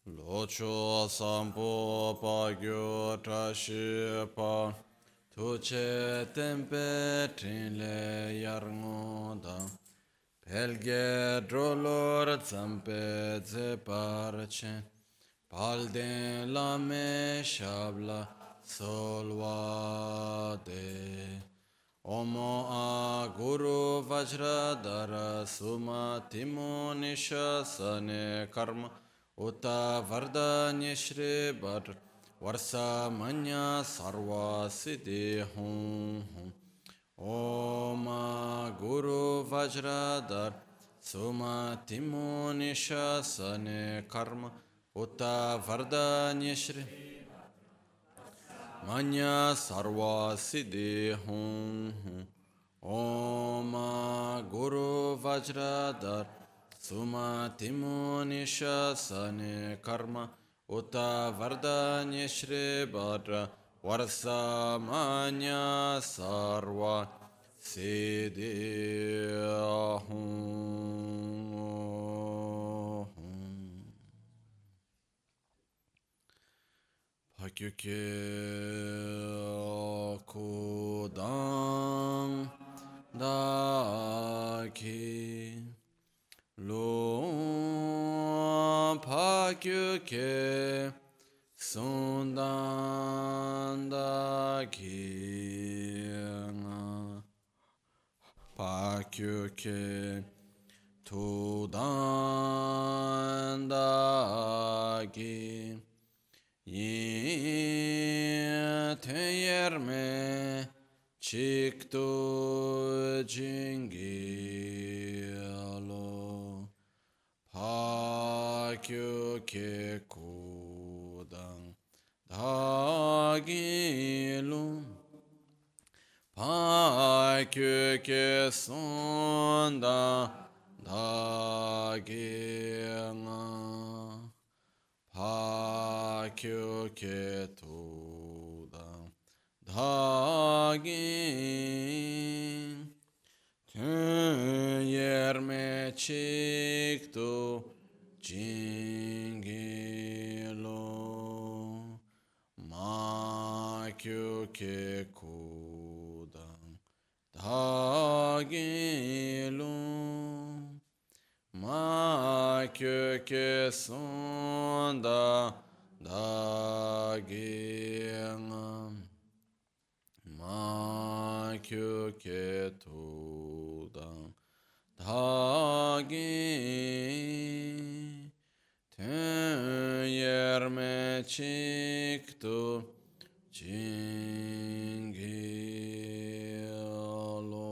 Locho sampo pa gyo trashi pa tuche tempe trinle yarngoda pelge drolor zampe ze parche palden lame shabla solvade Omo a guru vajradara suma timo nisha sane karma Uta vardanya shri bar varsa manya sarva siddhi hum hum Om Guru Vajradhar Suma Timo Nishasane Karma Uta Vardanya Shri Manya Sarva Siddhi Hum Hum Om Guru Vajradhar Suma Timo Nishasane Karma Uta Vardanya Shri Bhadra Varsa Manya Sarva Siddhi Hum Pakyuke Kudam Daki Lo Pakyuke Sundandaki Pakyuke Tudandaki Yeteyerme Chiktu Jingilo Pakyuke Kudam Dagilu Pakyuke Sunda Dagina Pakyuke Tudam Dagin Yerme Chiktu Jingilo Makyuke Kudam Dagilu Makyuke Sunda Dagina Makyuke Tudam Dagin Yerme Chiktu Jingilo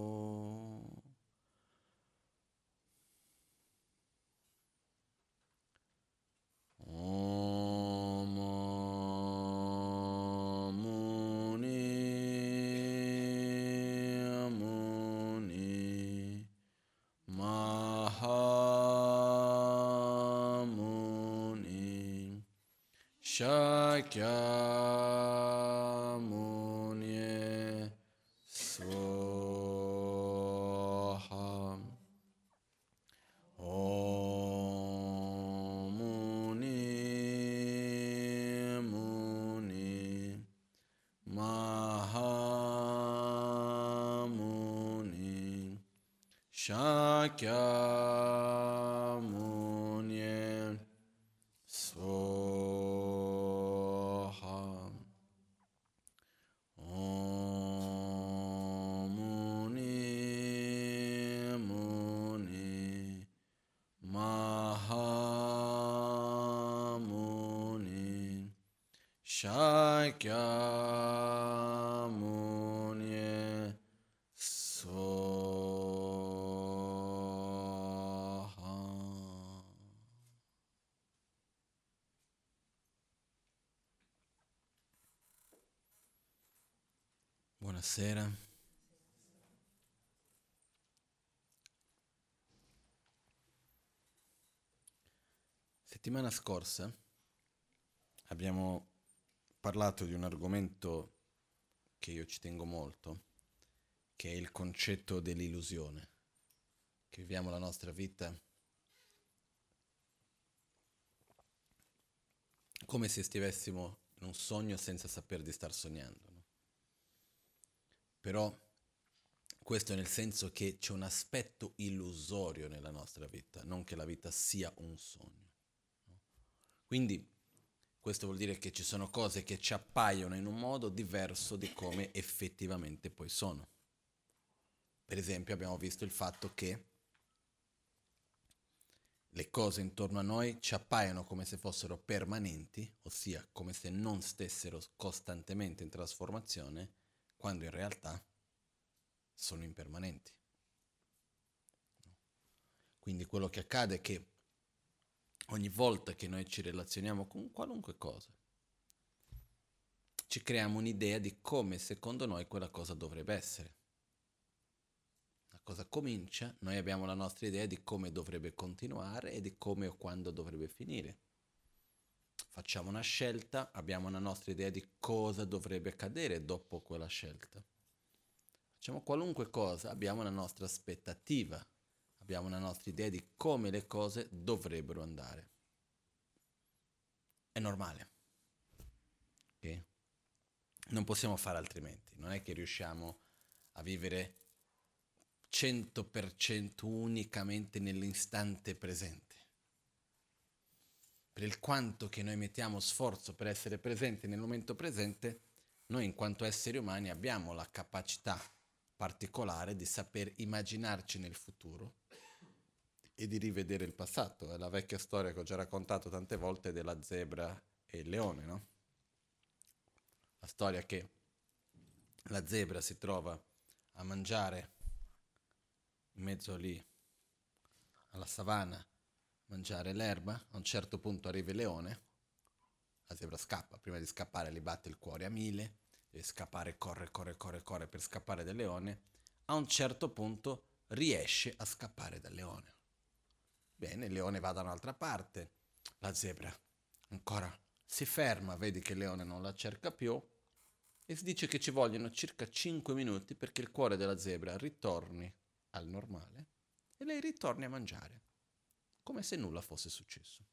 Om Muni Muni Mahamuni Shakyamuni Soham Om Muni Muni Mahamuni Shakyamuni Soham Om Muni Muni Mahamuni Shakyamuni Soham. Buonasera. Settimana scorsa abbiamo parlato di un argomento che io ci tengo molto, che è il concetto dell'illusione, che viviamo la nostra vita come se stessimo in un sogno senza saper di star sognando, no? Però questo nel senso che c'è un aspetto illusorio nella nostra vita, non che la vita sia un sogno, no? Quindi questo vuol dire che ci sono cose che ci appaiono in un modo diverso di come effettivamente poi sono. Per esempio abbiamo visto il fatto che le cose intorno a noi ci appaiono come se fossero permanenti, ossia come se non stessero costantemente in trasformazione, quando in realtà sono impermanenti. Quindi quello che accade è che ogni volta che noi ci relazioniamo con qualunque cosa, ci creiamo un'idea di come secondo noi quella cosa dovrebbe essere. La cosa comincia, noi abbiamo la nostra idea di come dovrebbe continuare e di come o quando dovrebbe finire. Facciamo una scelta, abbiamo una nostra idea di cosa dovrebbe accadere dopo quella scelta. Facciamo qualunque cosa, abbiamo una nostra aspettativa, abbiamo una nostra idea di come le cose dovrebbero andare. È normale, ok? Non possiamo fare altrimenti, non è che riusciamo a vivere 100% unicamente nell'istante presente. Per il quanto che noi mettiamo sforzo per essere presenti nel momento presente, noi in quanto esseri umani abbiamo la capacità particolare di saper immaginarci nel futuro e di rivedere il passato. È la vecchia storia che ho già raccontato tante volte della zebra e il leone, no? La storia che la zebra si trova a mangiare in mezzo lì alla savana, mangiare l'erba, a un certo punto arriva il leone, la zebra scappa, prima di scappare gli batte il cuore a 1000, deve scappare, corre per scappare dal leone, a un certo punto riesce a scappare dal leone. Bene, il leone va da un'altra parte, la zebra ancora si ferma, vedi che il leone non la cerca più e si dice che ci vogliono circa 5 minuti perché il cuore della zebra ritorni al normale e lei ritorni a mangiare, come se nulla fosse successo.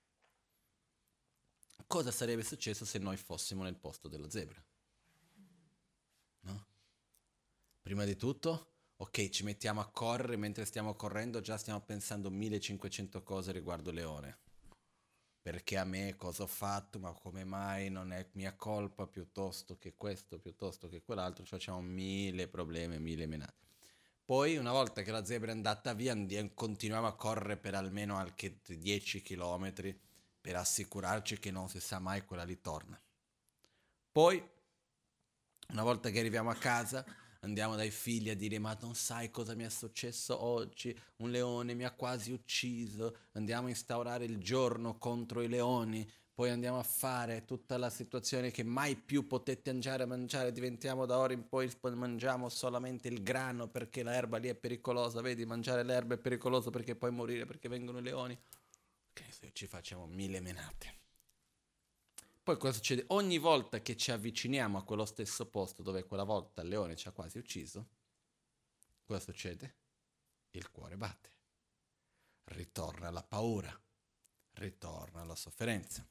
Cosa sarebbe successo se noi fossimo nel posto della zebra? No? Prima di tutto, ok, ci mettiamo a correre, mentre stiamo correndo già stiamo pensando 1500 cose riguardo il leone. Perché a me cosa ho fatto, ma come mai non è mia colpa, piuttosto che questo, piuttosto che quell'altro, cioè facciamo 1000 problemi, 1000 menate. Poi una volta che la zebra è andata via continuiamo a correre per almeno anche 10 km per assicurarci che non si sa mai quella lì torna. Poi, una volta che arriviamo a casa, andiamo dai figli a dire ma non sai cosa mi è successo oggi, un leone mi ha quasi ucciso, andiamo a instaurare il giorno contro i leoni, poi andiamo a fare tutta la situazione che mai più potete andare a mangiare, diventiamo da ora in poi, mangiamo solamente il grano perché l'erba lì è pericolosa, vedi, mangiare l'erba è pericoloso perché puoi morire perché vengono i leoni. Ok, ci facciamo 1000 menate. Poi cosa succede? Ogni volta che ci avviciniamo a quello stesso posto dove quella volta il leone ci ha quasi ucciso, cosa succede? Il cuore batte. Ritorna la paura, ritorna la sofferenza.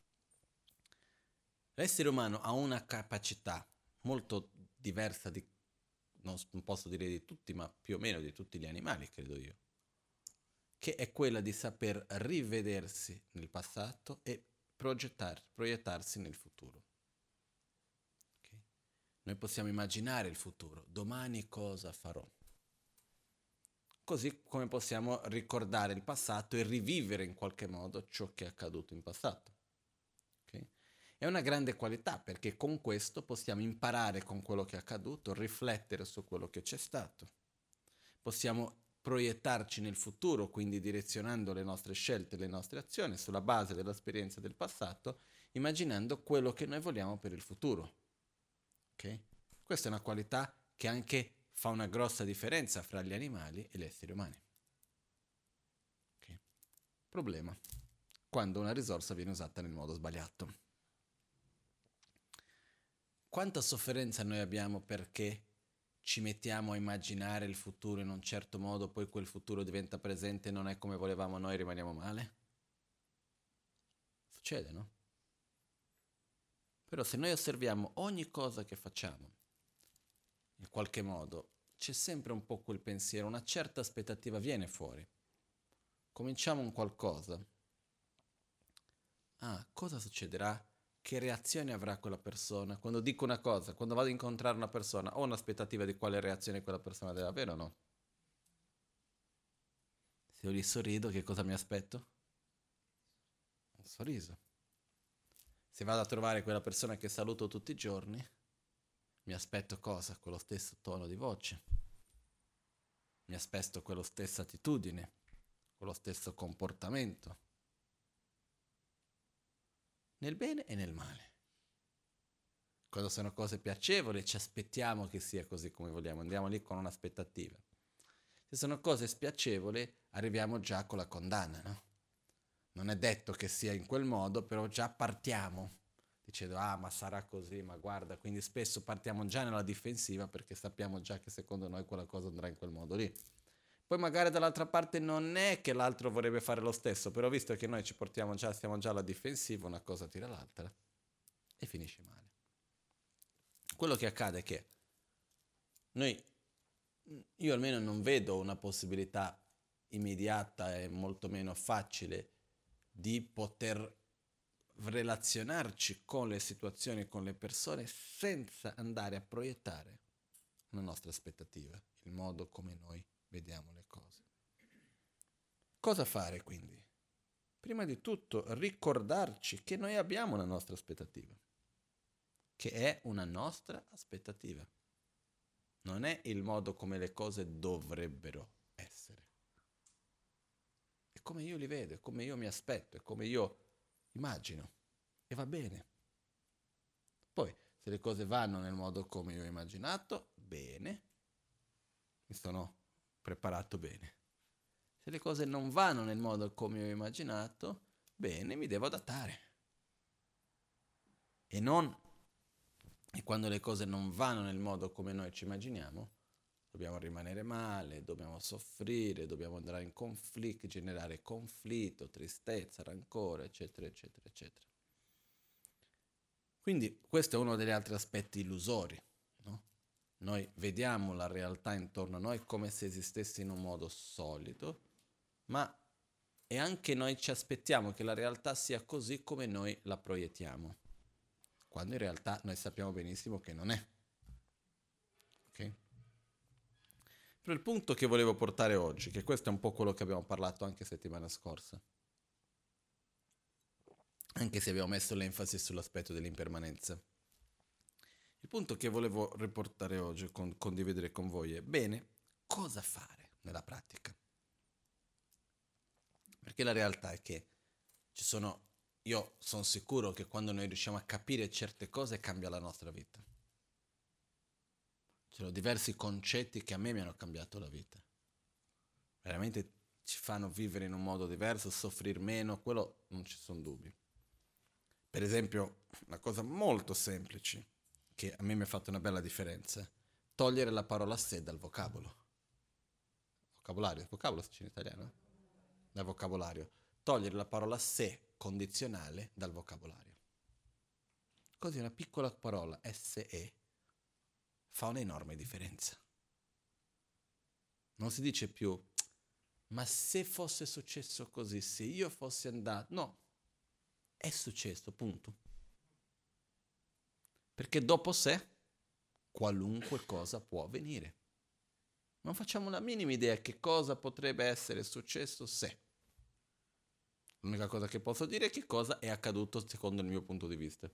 L'essere umano ha una capacità molto diversa di, non posso dire di tutti, ma più o meno di tutti gli animali, credo io, che è quella di saper rivedersi nel passato e proiettarsi nel futuro. Okay? Noi possiamo immaginare il futuro, domani cosa farò. Così come possiamo ricordare il passato e rivivere in qualche modo ciò che è accaduto in passato. Okay? È una grande qualità perché con questo possiamo imparare con quello che è accaduto, riflettere su quello che c'è stato. Possiamo proiettarci nel futuro, quindi direzionando le nostre scelte, le nostre azioni sulla base dell'esperienza del passato, immaginando quello che noi vogliamo per il futuro. Okay? Questa è una qualità che anche fa una grossa differenza fra gli animali e gli esseri umani. Okay? Problema: quando una risorsa viene usata nel modo sbagliato. Quanta sofferenza noi abbiamo perché ci mettiamo a immaginare il futuro in un certo modo, poi quel futuro diventa presente e non è come volevamo noi, rimaniamo male? Succede, no? Però se noi osserviamo ogni cosa che facciamo, in qualche modo, c'è sempre un po' quel pensiero, una certa aspettativa viene fuori. Cominciamo un qualcosa. Ah, cosa succederà? Che reazione avrà quella persona? Quando dico una cosa, quando vado a incontrare una persona, ho un'aspettativa di quale reazione quella persona deve avere o no? Se io gli sorrido, che cosa mi aspetto? Un sorriso. Se vado a trovare quella persona che saluto tutti i giorni, mi aspetto cosa? Quello stesso tono di voce. Mi aspetto quella stessa attitudine, quello stesso comportamento. Nel bene e nel male. Quando sono cose piacevoli ci aspettiamo che sia così come vogliamo, andiamo lì con un'aspettativa. Se sono cose spiacevoli arriviamo già con la condanna, no? Non è detto che sia in quel modo, però già partiamo dicendo ma sarà così, ma guarda, quindi spesso partiamo già nella difensiva perché sappiamo già che secondo noi quella cosa andrà in quel modo lì. Poi magari dall'altra parte non è che l'altro vorrebbe fare lo stesso, però visto che noi ci portiamo già, stiamo già alla difensiva, una cosa tira l'altra e finisce male. Quello che accade è che io almeno non vedo una possibilità immediata e molto meno facile di poter relazionarci con le situazioni, con le persone, senza andare a proiettare una nostra aspettativa, il modo come noi vediamo le cose. Cosa fare quindi? Prima di tutto ricordarci che noi abbiamo una nostra aspettativa, che è una nostra aspettativa. Non è il modo come le cose dovrebbero essere. È come io li vedo, è come io mi aspetto, è come io immagino. E va bene. Poi, se le cose vanno nel modo come io ho immaginato, bene. Mi sono preparato bene. Se le cose non vanno nel modo come ho immaginato, bene, mi devo adattare. E quando le cose non vanno nel modo come noi ci immaginiamo, dobbiamo rimanere male, dobbiamo soffrire, dobbiamo andare in conflitto, generare conflitto, tristezza, rancore, eccetera, eccetera, eccetera. Quindi questo è uno degli altri aspetti illusori, no? Noi vediamo la realtà intorno a noi come se esistesse in un modo solido, ma e anche noi ci aspettiamo che la realtà sia così come noi la proiettiamo, quando in realtà noi sappiamo benissimo che non è. Ok? Però il punto che volevo portare oggi, che questo è un po' quello che abbiamo parlato anche settimana scorsa, anche se abbiamo messo l'enfasi sull'aspetto dell'impermanenza. Il punto che volevo riportare oggi, condividere con voi è, bene, cosa fare nella pratica? Perché la realtà è che io sono sicuro che quando noi riusciamo a capire certe cose cambia la nostra vita. Ci sono diversi concetti che a me mi hanno cambiato la vita. Veramente ci fanno vivere in un modo diverso, soffrire meno, quello non ci sono dubbi. Per esempio, una cosa molto semplice, che a me mi ha fatto una bella differenza, togliere la parola se dal vocabolo. Vocabolo si dice in italiano? Dal vocabolario. Togliere la parola se condizionale dal vocabolario. Così una piccola parola, SE, fa un'enorme differenza. Non si dice più, ma se fosse successo così, se io fossi andato... No, è successo, punto. Perché dopo sé, qualunque cosa può avvenire. Non facciamo la minima idea che cosa potrebbe essere successo se. L'unica cosa che posso dire è che cosa è accaduto secondo il mio punto di vista.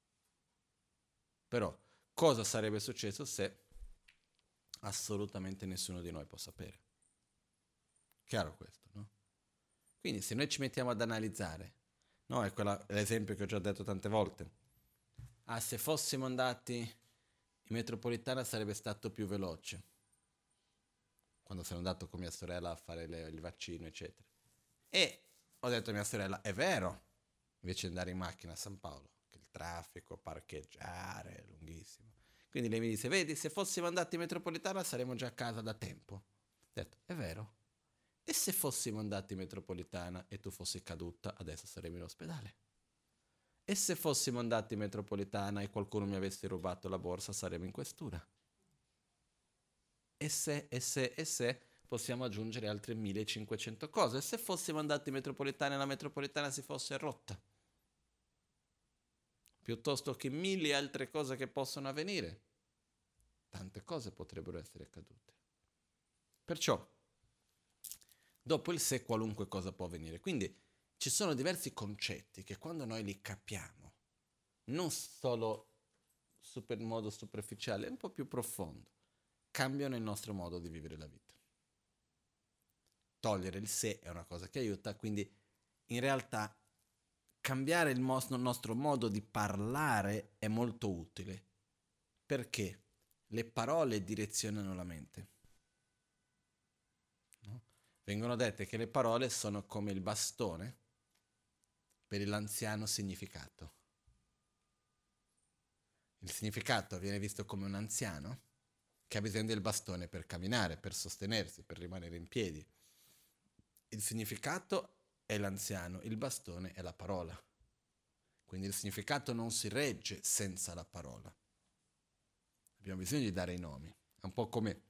Però, cosa sarebbe successo se assolutamente nessuno di noi può sapere. Chiaro questo, no? Quindi se noi ci mettiamo ad analizzare, no, è l'esempio che ho già detto tante volte. Se fossimo andati in metropolitana sarebbe stato più veloce. Quando sono andato con mia sorella a fare il vaccino, eccetera. E ho detto a mia sorella, è vero, invece di andare in macchina a San Paolo, che il traffico, parcheggiare, è lunghissimo. Quindi lei mi dice, vedi, se fossimo andati in metropolitana saremmo già a casa da tempo. Ho detto, è vero. E se fossimo andati in metropolitana e tu fossi caduta, adesso saremmo in ospedale. E se fossimo andati in metropolitana e qualcuno mi avesse rubato la borsa, saremmo in questura. E se, possiamo aggiungere altre 1500 cose. E se fossimo andati in metropolitana e la metropolitana si fosse rotta, piuttosto che mille altre cose che possono avvenire, tante cose potrebbero essere accadute. Perciò, dopo il se, qualunque cosa può avvenire. Quindi ci sono diversi concetti che quando noi li capiamo, non solo in modo superficiale, un po' più profondo, cambiano il nostro modo di vivere la vita. Togliere il se è una cosa che aiuta, quindi in realtà cambiare il nostro modo di parlare è molto utile, perché le parole direzionano la mente. No? Vengono dette che le parole sono come il bastone per l'anziano significato. Il significato viene visto come un anziano che ha bisogno del bastone per camminare, per sostenersi, per rimanere in piedi. Il significato è l'anziano, il bastone è la parola. Quindi il significato non si regge senza la parola. Abbiamo bisogno di dare i nomi. È un po' come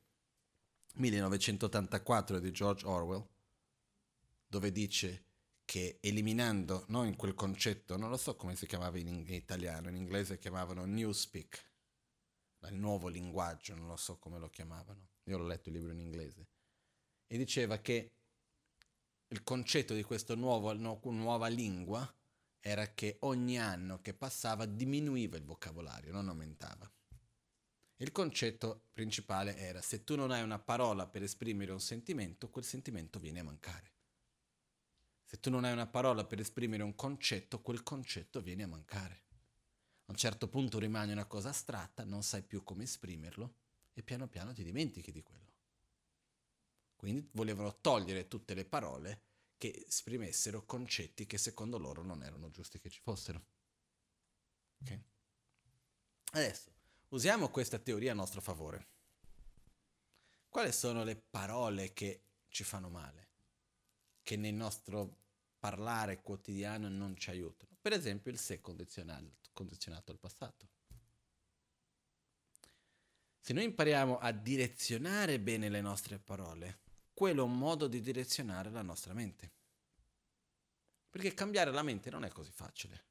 1984 di George Orwell, dove dice che eliminando, no, in quel concetto, non lo so come si chiamava in italiano, in inglese chiamavano newspeak, il nuovo linguaggio, non lo so come lo chiamavano, io l'ho letto il libro in inglese, e diceva che il concetto di questa nuova lingua era che ogni anno che passava diminuiva il vocabolario, non aumentava. Il concetto principale era: se tu non hai una parola per esprimere un sentimento, quel sentimento viene a mancare. Se tu non hai una parola per esprimere un concetto, quel concetto viene a mancare. A un certo punto rimane una cosa astratta, non sai più come esprimerlo e piano piano ti dimentichi di quello. Quindi volevano togliere tutte le parole che esprimessero concetti che secondo loro non erano giusti che ci fossero. Okay? Adesso, usiamo questa teoria a nostro favore. Quali sono le parole che ci fanno male? Che nel nostro parlare quotidiano non ci aiutano? Per esempio il se condizionato al passato. Se noi impariamo a direzionare bene le nostre parole, quello è un modo di direzionare la nostra mente. Perché cambiare la mente non è così facile.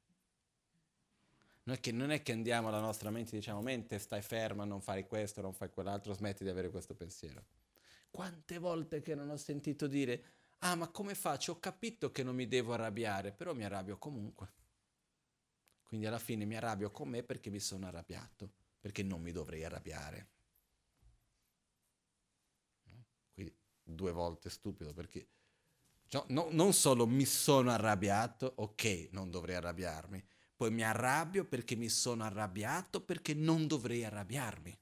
Non è che andiamo alla nostra mente e diciamo: mente, stai ferma, non fai questo, non fai quell'altro, smetti di avere questo pensiero. Quante volte che non ho sentito dire: ah, ma come faccio? Ho capito che non mi devo arrabbiare, però mi arrabbio comunque. Quindi alla fine mi arrabbio con me perché mi sono arrabbiato, perché non mi dovrei arrabbiare. Quindi 2 volte stupido, perché non solo mi sono arrabbiato, ok, non dovrei arrabbiarmi, poi mi arrabbio perché mi sono arrabbiato perché non dovrei arrabbiarmi.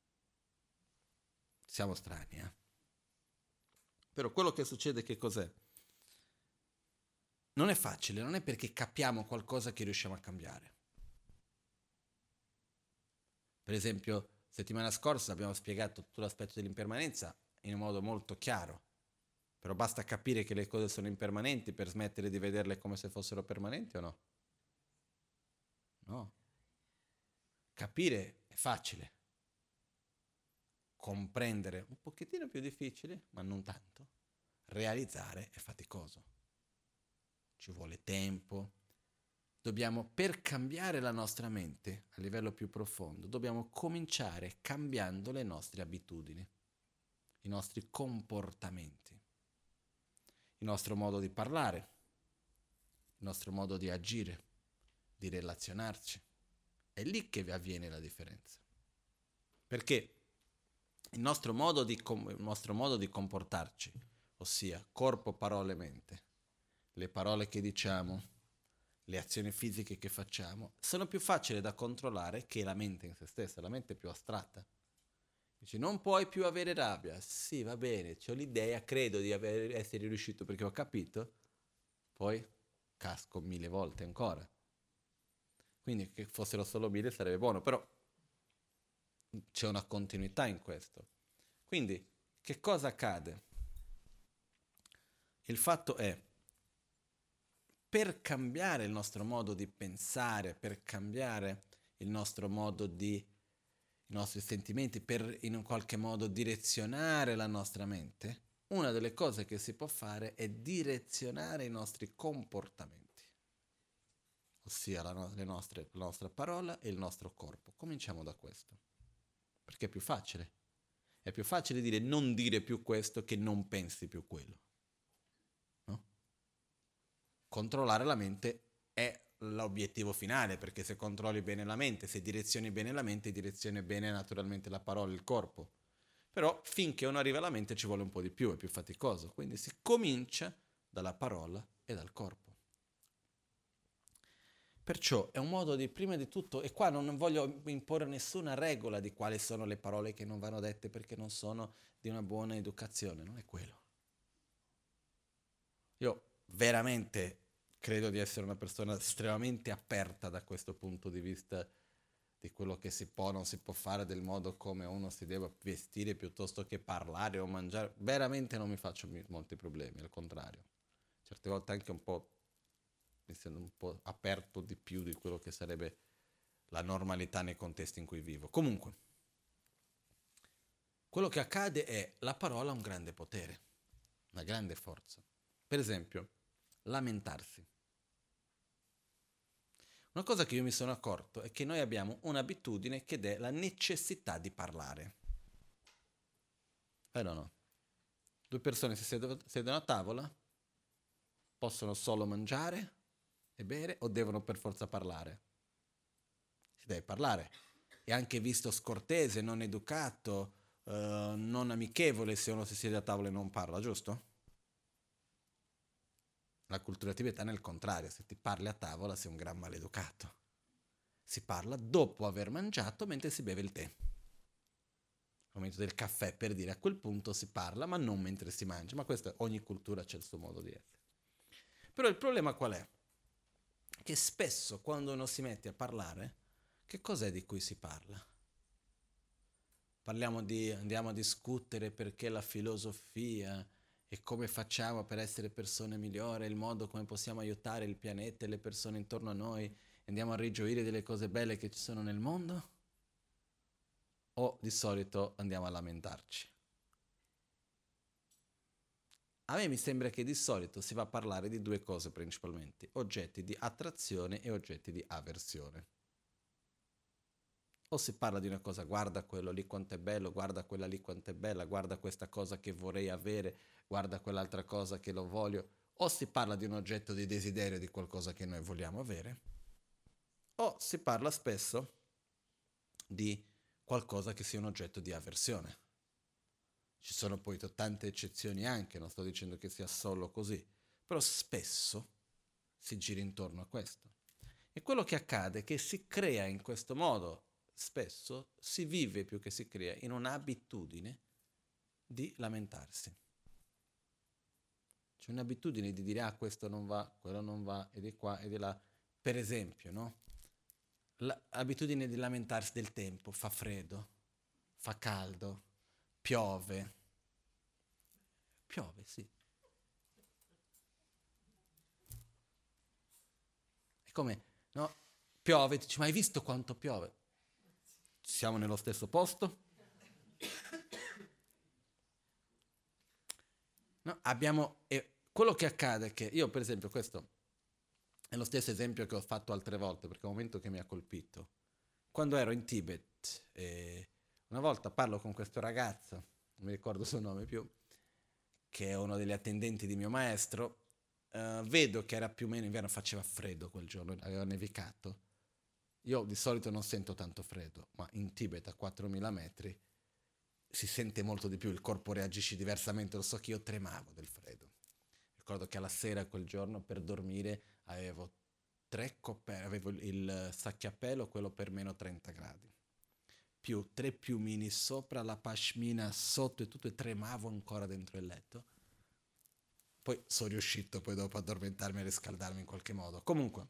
Siamo strani, eh? Però quello che succede che cos'è? Non è facile, non è perché capiamo qualcosa che riusciamo a cambiare. Per esempio, settimana scorsa abbiamo spiegato tutto l'aspetto dell'impermanenza in un modo molto chiaro. Però basta capire che le cose sono impermanenti per smettere di vederle come se fossero permanenti o no? No. Capire è facile. Comprendere un pochettino più difficile, ma non tanto. Realizzare è faticoso. Ci vuole tempo. Per cambiare la nostra mente a livello più profondo, dobbiamo cominciare cambiando le nostre abitudini, i nostri comportamenti, il nostro modo di parlare, il nostro modo di agire, di relazionarci. È lì che avviene la differenza. Perché il nostro modo di comportarci, ossia corpo, parole, mente, le parole che diciamo, le azioni fisiche che facciamo, sono più facili da controllare che la mente in se stessa. La mente è più astratta. Dici: non puoi più avere rabbia. Sì, va bene, ho l'idea, credo di essere riuscito perché ho capito, poi casco 1000 volte ancora. Quindi che fossero solo 1000 sarebbe buono, però c'è una continuità in questo. Quindi che cosa accade? Il fatto è, per cambiare il nostro modo di pensare, per cambiare il nostro modo di, i nostri sentimenti, per in un qualche modo direzionare la nostra mente, una delle cose che si può fare è direzionare i nostri comportamenti, ossia la nostra parola e il nostro corpo. Cominciamo da questo, perché è più facile. È più facile dire non dire più questo che non pensi più quello. No? Controllare la mente è l'obiettivo finale, perché se controlli bene la mente, se direzioni bene la mente, direzioni bene naturalmente la parola e il corpo. Però finché uno arriva alla mente ci vuole un po' di più, è più faticoso. Quindi si comincia dalla parola e dal corpo. Perciò è un modo di, prima di tutto, e qua non voglio imporre nessuna regola di quali sono le parole che non vanno dette perché non sono di una buona educazione, non è quello. Io veramente credo di essere una persona estremamente aperta da questo punto di vista di quello che si può o non si può fare, del modo come uno si deve vestire piuttosto che parlare o mangiare. Veramente non mi faccio molti problemi, al contrario. Certe volte anche un po', mi sento un po' aperto di più di quello che sarebbe la normalità nei contesti in cui vivo. Comunque, quello che accade è la parola ha un grande potere, una grande forza. Per esempio, lamentarsi. Una cosa che io mi sono accorto è che noi abbiamo un'abitudine che è la necessità di parlare. Vero o no? Due persone si siedono a tavola, possono solo mangiare e bere o devono per forza parlare? Si deve parlare. È anche visto scortese, non educato, non amichevole se uno si siede a tavola e non parla, giusto? La cultura tibetana è il contrario, se ti parli a tavola sei un gran maleducato. Si parla dopo aver mangiato mentre si beve il tè. Al momento del caffè, per dire, a quel punto si parla, ma non mentre si mangia. Ma questo, ogni cultura c'è il suo modo di essere. Però il problema qual è? Che spesso quando uno si mette a parlare, che cos'è di cui si parla? Andiamo a discutere perché la filosofia e come facciamo per essere persone migliori, il modo come possiamo aiutare il pianeta e le persone intorno a noi, andiamo a rigioire delle cose belle che ci sono nel mondo? O di solito andiamo a lamentarci? A me mi sembra che di solito si va a parlare di due cose principalmente, oggetti di attrazione e oggetti di avversione. O si parla di una cosa, guarda quello lì quanto è bello, guarda quella lì quanto è bella, guarda questa cosa che vorrei avere, guarda quell'altra cosa che lo voglio, o si parla di un oggetto di desiderio di qualcosa che noi vogliamo avere, o si parla spesso di qualcosa che sia un oggetto di avversione. Ci sono poi tante eccezioni anche, non sto dicendo che sia solo così, però spesso si gira intorno a questo. E quello che accade è che si crea in questo modo, spesso si vive più che si crea in un'abitudine di lamentarsi. C'è un'abitudine di dire questo non va, quello non va, e di qua e di là. Per esempio, no? L'abitudine di lamentarsi del tempo, fa freddo, fa caldo, piove. Piove, sì. È come, no? Piove, dici, ma hai visto quanto piove? Siamo nello stesso posto? No? Quello che accade è che io, per esempio, questo è lo stesso esempio che ho fatto altre volte, perché è un momento che mi ha colpito. Quando ero in Tibet, una volta parlo con questo ragazzo, non mi ricordo il suo nome più, che è uno degli attendenti di mio maestro, vedo che era più o meno inverno, faceva freddo quel giorno, aveva nevicato. Io di solito non sento tanto freddo, ma in Tibet a 4000 metri si sente molto di più, il corpo reagisce diversamente, lo so che io tremavo del freddo. Ricordo che alla sera quel giorno per dormire avevo avevo il sacchiapelo, quello per meno 30 gradi, più 3 piumini sopra, la pashmina sotto e tutto, e tremavo ancora dentro il letto. Poi sono riuscito poi dopo ad addormentarmi e riscaldarmi in qualche modo. Comunque,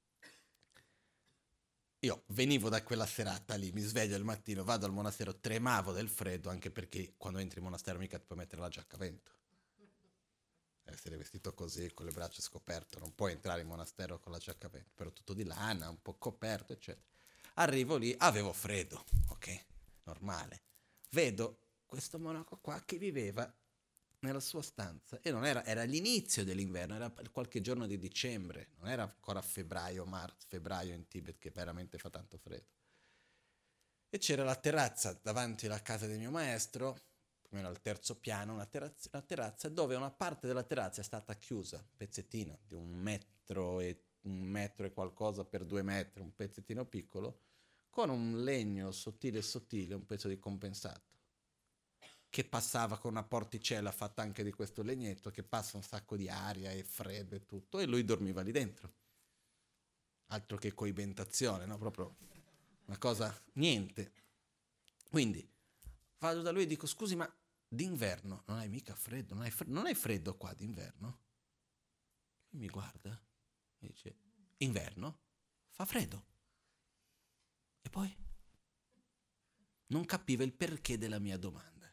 io venivo da quella serata lì, mi sveglio al mattino, vado al monastero, tremavo del freddo, anche perché quando entri in monastero mica ti puoi mettere la giacca a vento. essere vestito così, con le braccia scoperte, non puoi entrare in monastero con la giacca aperta, però tutto di lana, un po' coperto, eccetera. Arrivo lì, avevo freddo, ok? Normale. Vedo questo monaco qua che viveva nella sua stanza e non era, era l'inizio dell'inverno, era qualche giorno di dicembre, non era ancora febbraio, marzo, febbraio in Tibet che veramente fa tanto freddo. E c'era la terrazza davanti alla casa del mio maestro, più o meno al terzo piano, una terrazza dove una parte della terrazza è stata chiusa, un pezzettino di un metro e qualcosa per 2 metri, un pezzettino piccolo, con un legno sottile sottile, un pezzo di compensato, che passava con una porticella fatta anche di questo legnetto, che passa un sacco di aria e freddo e tutto, e lui dormiva lì dentro. Altro che coibentazione, no? Proprio una cosa, niente. Quindi vado da lui e dico, scusi, ma d'inverno non hai mica freddo? Non hai freddo qua d'inverno? Lui mi guarda e dice, inverno? Fa freddo. E poi? Non capiva il perché della mia domanda.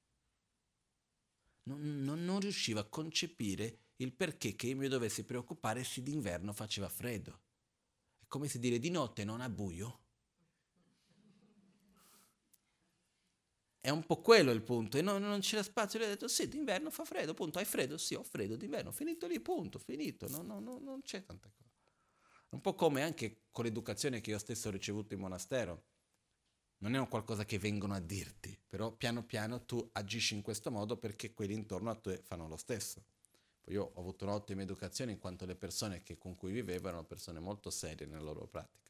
Non riusciva a concepire il perché che io mi dovessi preoccupare se d'inverno faceva freddo. È come se dire di notte non ha buio. È un po' quello il punto, e non c'era spazio. Lui ha detto: sì, d'inverno fa freddo, punto. Hai freddo? Sì, ho freddo d'inverno. Finito lì, punto, finito. Non c'è tanta cosa. Un po' come anche con l'educazione che io stesso ho ricevuto in monastero. Non è un qualcosa che vengono a dirti, però piano piano tu agisci in questo modo perché quelli intorno a te fanno lo stesso. Poi io ho avuto un'ottima educazione in quanto le persone con cui vivevo erano persone molto serie nella loro pratica.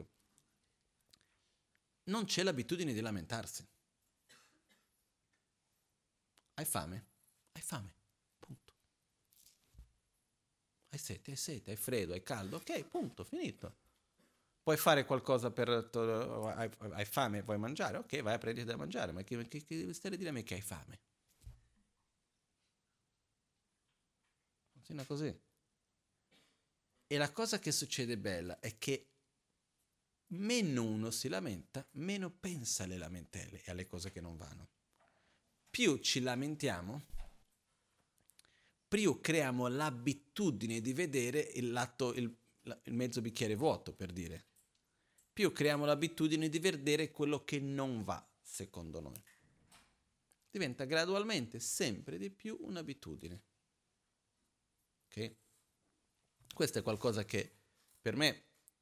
Non c'è l'abitudine di lamentarsi. Hai fame? Hai fame. Punto. Hai sete, hai freddo, hai caldo. Ok, punto, finito. Puoi fare qualcosa per... hai fame, vuoi mangiare? Ok, vai a prendere da mangiare. Ma che devi stare a dire a me che hai fame? Funziona così. E la cosa che succede bella è che meno uno si lamenta, meno pensa alle lamentele e alle cose che non vanno. Più ci lamentiamo, più creiamo l'abitudine di vedere il mezzo bicchiere vuoto, per dire. Più creiamo l'abitudine di vedere quello che non va, secondo noi. Diventa gradualmente sempre di più un'abitudine. Ok? Questo è qualcosa che per me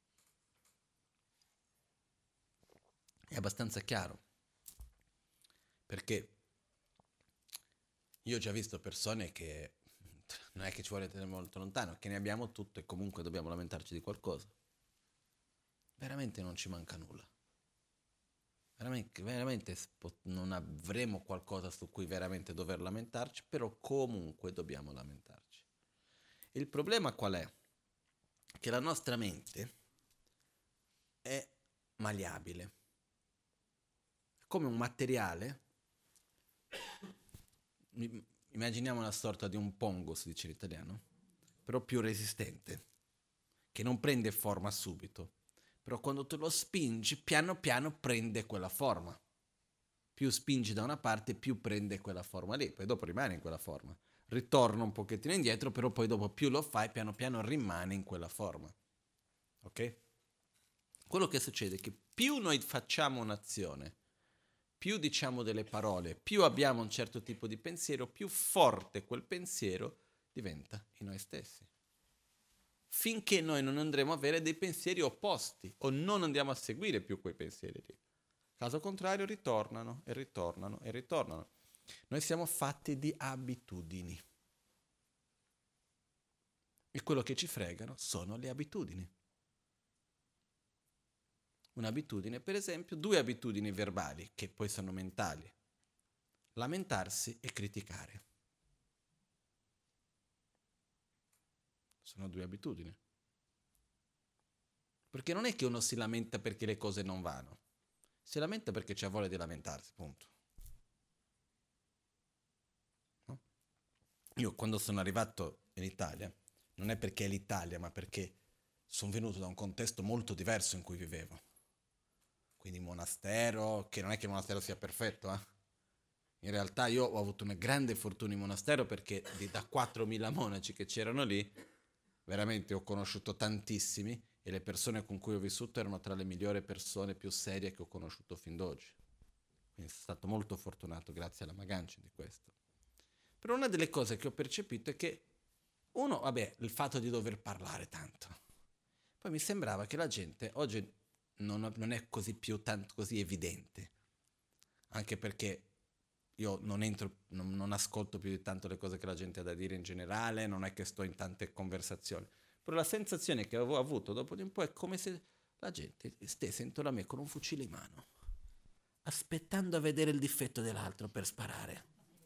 è abbastanza chiaro, perché io ho già visto persone che non è che ci vuole tenere molto lontano, che ne abbiamo tutto e comunque dobbiamo lamentarci di qualcosa. Veramente non ci manca nulla. Veramente non avremo qualcosa su cui veramente dover lamentarci, però comunque dobbiamo lamentarci. Il problema qual è? Che la nostra mente è malleabile, come un materiale. Immaginiamo una sorta di un pongo, si dice in italiano, però più resistente, che non prende forma subito, però quando tu lo spingi, piano piano prende quella forma. Più spingi da una parte, più prende quella forma lì, poi dopo rimane in quella forma. Ritorna un pochettino indietro, però poi dopo più lo fai, piano piano rimane in quella forma. Ok? Quello che succede è che più noi facciamo un'azione, più diciamo delle parole, più abbiamo un certo tipo di pensiero, più forte quel pensiero diventa in noi stessi. Finché noi non andremo a avere dei pensieri opposti o non andiamo a seguire più quei pensieri lì. Caso contrario ritornano e ritornano e ritornano. Noi siamo fatti di abitudini. E quello che ci fregano sono le abitudini. Un'abitudine, per esempio, 2 abitudini verbali, che poi sono mentali. Lamentarsi e criticare. Sono 2 abitudini. Perché non è che uno si lamenta perché le cose non vanno. Si lamenta perché c'ha voglia di lamentarsi, punto. No? Io quando sono arrivato in Italia, non è perché è l'Italia, ma perché sono venuto da un contesto molto diverso in cui vivevo. Quindi monastero, che non è che il monastero sia perfetto, In realtà io ho avuto una grande fortuna in monastero perché da 4.000 monaci che c'erano lì, veramente ho conosciuto tantissimi e le persone con cui ho vissuto erano tra le migliori persone più serie che ho conosciuto fin d'oggi. Quindi sono stato molto fortunato grazie alla Maganci di questo. Però una delle cose che ho percepito è che, uno, vabbè, il fatto di dover parlare tanto. Poi mi sembrava che la gente oggi non è così più tanto così evidente. Anche perché io non entro, non ascolto più di tanto le cose che la gente ha da dire in generale, non è che sto in tante conversazioni. Però la sensazione che avevo avuto dopo di un po' è come se la gente stesse intorno a me con un fucile in mano, aspettando a vedere il difetto dell'altro per sparare.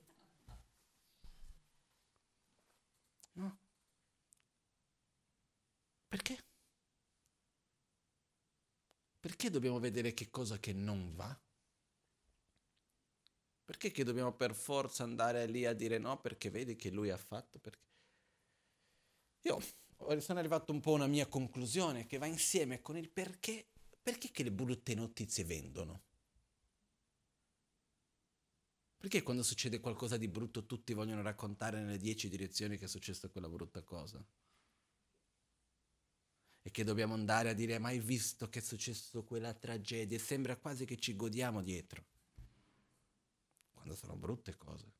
No? Perché? Perché dobbiamo vedere che cosa che non va? Perché che dobbiamo per forza andare lì a dire no perché vedi che lui ha fatto? Perché io sono arrivato un po' a una mia conclusione che va insieme con il perché. Perché che le brutte notizie vendono? Perché quando succede qualcosa di brutto tutti vogliono raccontare nelle 10 direzioni che è successa quella brutta cosa? E che dobbiamo andare a dire mai visto che è successo quella tragedia? E sembra quasi che ci godiamo dietro. Quando sono brutte cose.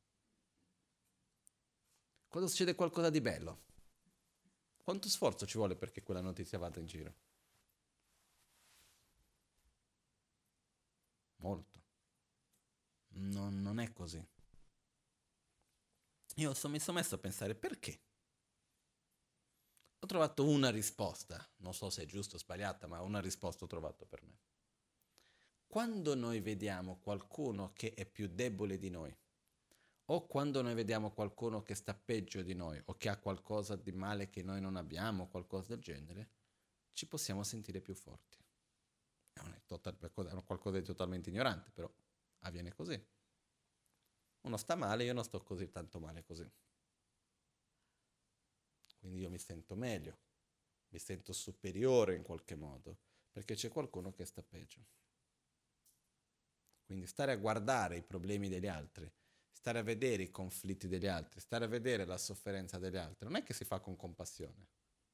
Quando succede qualcosa di bello. Quanto sforzo ci vuole perché quella notizia vada in giro? Molto. Non è così. Mi sono messo a pensare perché. Ho trovato una risposta, non so se è giusta o sbagliata, ma una risposta ho trovato per me. Quando noi vediamo qualcuno che è più debole di noi, o quando noi vediamo qualcuno che sta peggio di noi, o che ha qualcosa di male che noi non abbiamo, qualcosa del genere, ci possiamo sentire più forti. È qualcosa di totalmente ignorante, però avviene così. Uno sta male, io non sto così tanto male così. Quindi io mi sento meglio, mi sento superiore in qualche modo, perché c'è qualcuno che sta peggio. Quindi stare a guardare i problemi degli altri, stare a vedere i conflitti degli altri, stare a vedere la sofferenza degli altri, non è che si fa con compassione.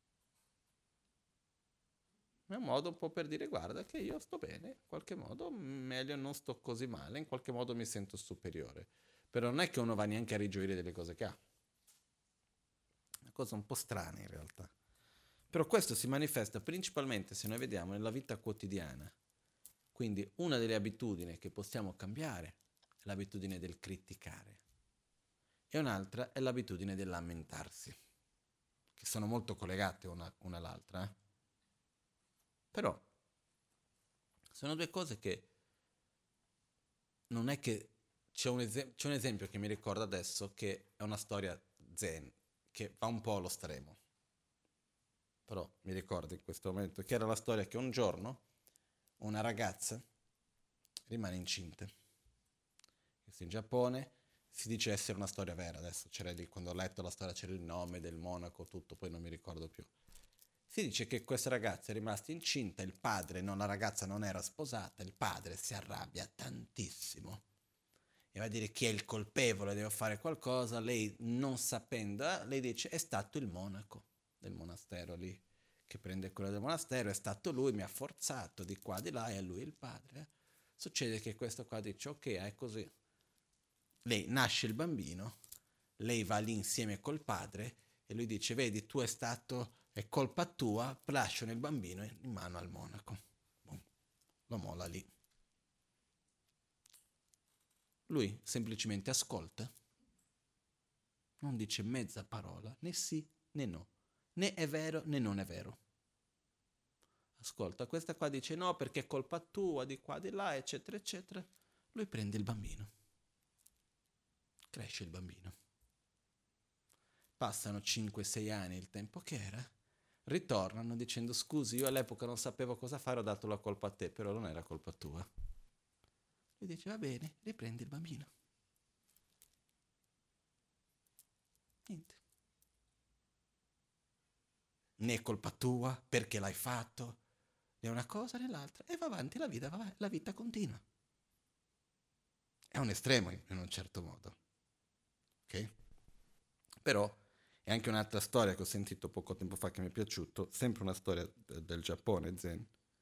È un modo un po' per dire guarda che io sto bene, in qualche modo meglio non sto così male, in qualche modo mi sento superiore. Però non è che uno va neanche a rigioire delle cose che ha. È una cosa un po' strana in realtà. Però questo si manifesta principalmente, se noi vediamo, nella vita quotidiana. Quindi una delle abitudini che possiamo cambiare è l'abitudine del criticare e un'altra è l'abitudine del lamentarsi, che sono molto collegate una all'altra. Però sono due cose che non è che c'è un esempio che mi ricordo adesso che è una storia zen, che va un po' allo stremo. Però mi ricordo in questo momento che era la storia che un giorno una ragazza rimane incinta. Questo in Giappone si dice essere una storia vera, adesso c'era lì, quando ho letto la storia c'era il nome del monaco, tutto, poi non mi ricordo più. Si dice che questa ragazza è rimasta incinta, il padre, la ragazza non era sposata, il padre si arrabbia tantissimo e va a dire chi è il colpevole, deve fare qualcosa, lei non sapendo, lei dice è stato il monaco del monastero lì, che prende quello del monastero, è stato lui, mi ha forzato di qua di là e è lui il padre. Succede che questo qua dice ok, è così. Lei nasce il bambino, lei va lì insieme col padre e lui dice vedi tu è colpa tua, lasciano il bambino in mano al monaco. Boom. Lo molla lì. Lui semplicemente ascolta, non dice mezza parola, né sì né no, né è vero né non è vero. Ascolta, questa qua dice no perché è colpa tua, di qua, di là, eccetera, eccetera. Lui prende il bambino, cresce il bambino. Passano 5-6 anni, il tempo che era, ritornano dicendo scusi, io all'epoca non sapevo cosa fare, ho dato la colpa a te, però non era colpa tua. Lui dice va bene, riprendi il bambino. Niente. Né è colpa tua, perché l'hai fatto, né una cosa né l'altra. E va avanti la vita continua. È un estremo in un certo modo, ok? Però è anche un'altra storia che ho sentito poco tempo fa che mi è piaciuto, sempre una storia del Giappone, zen.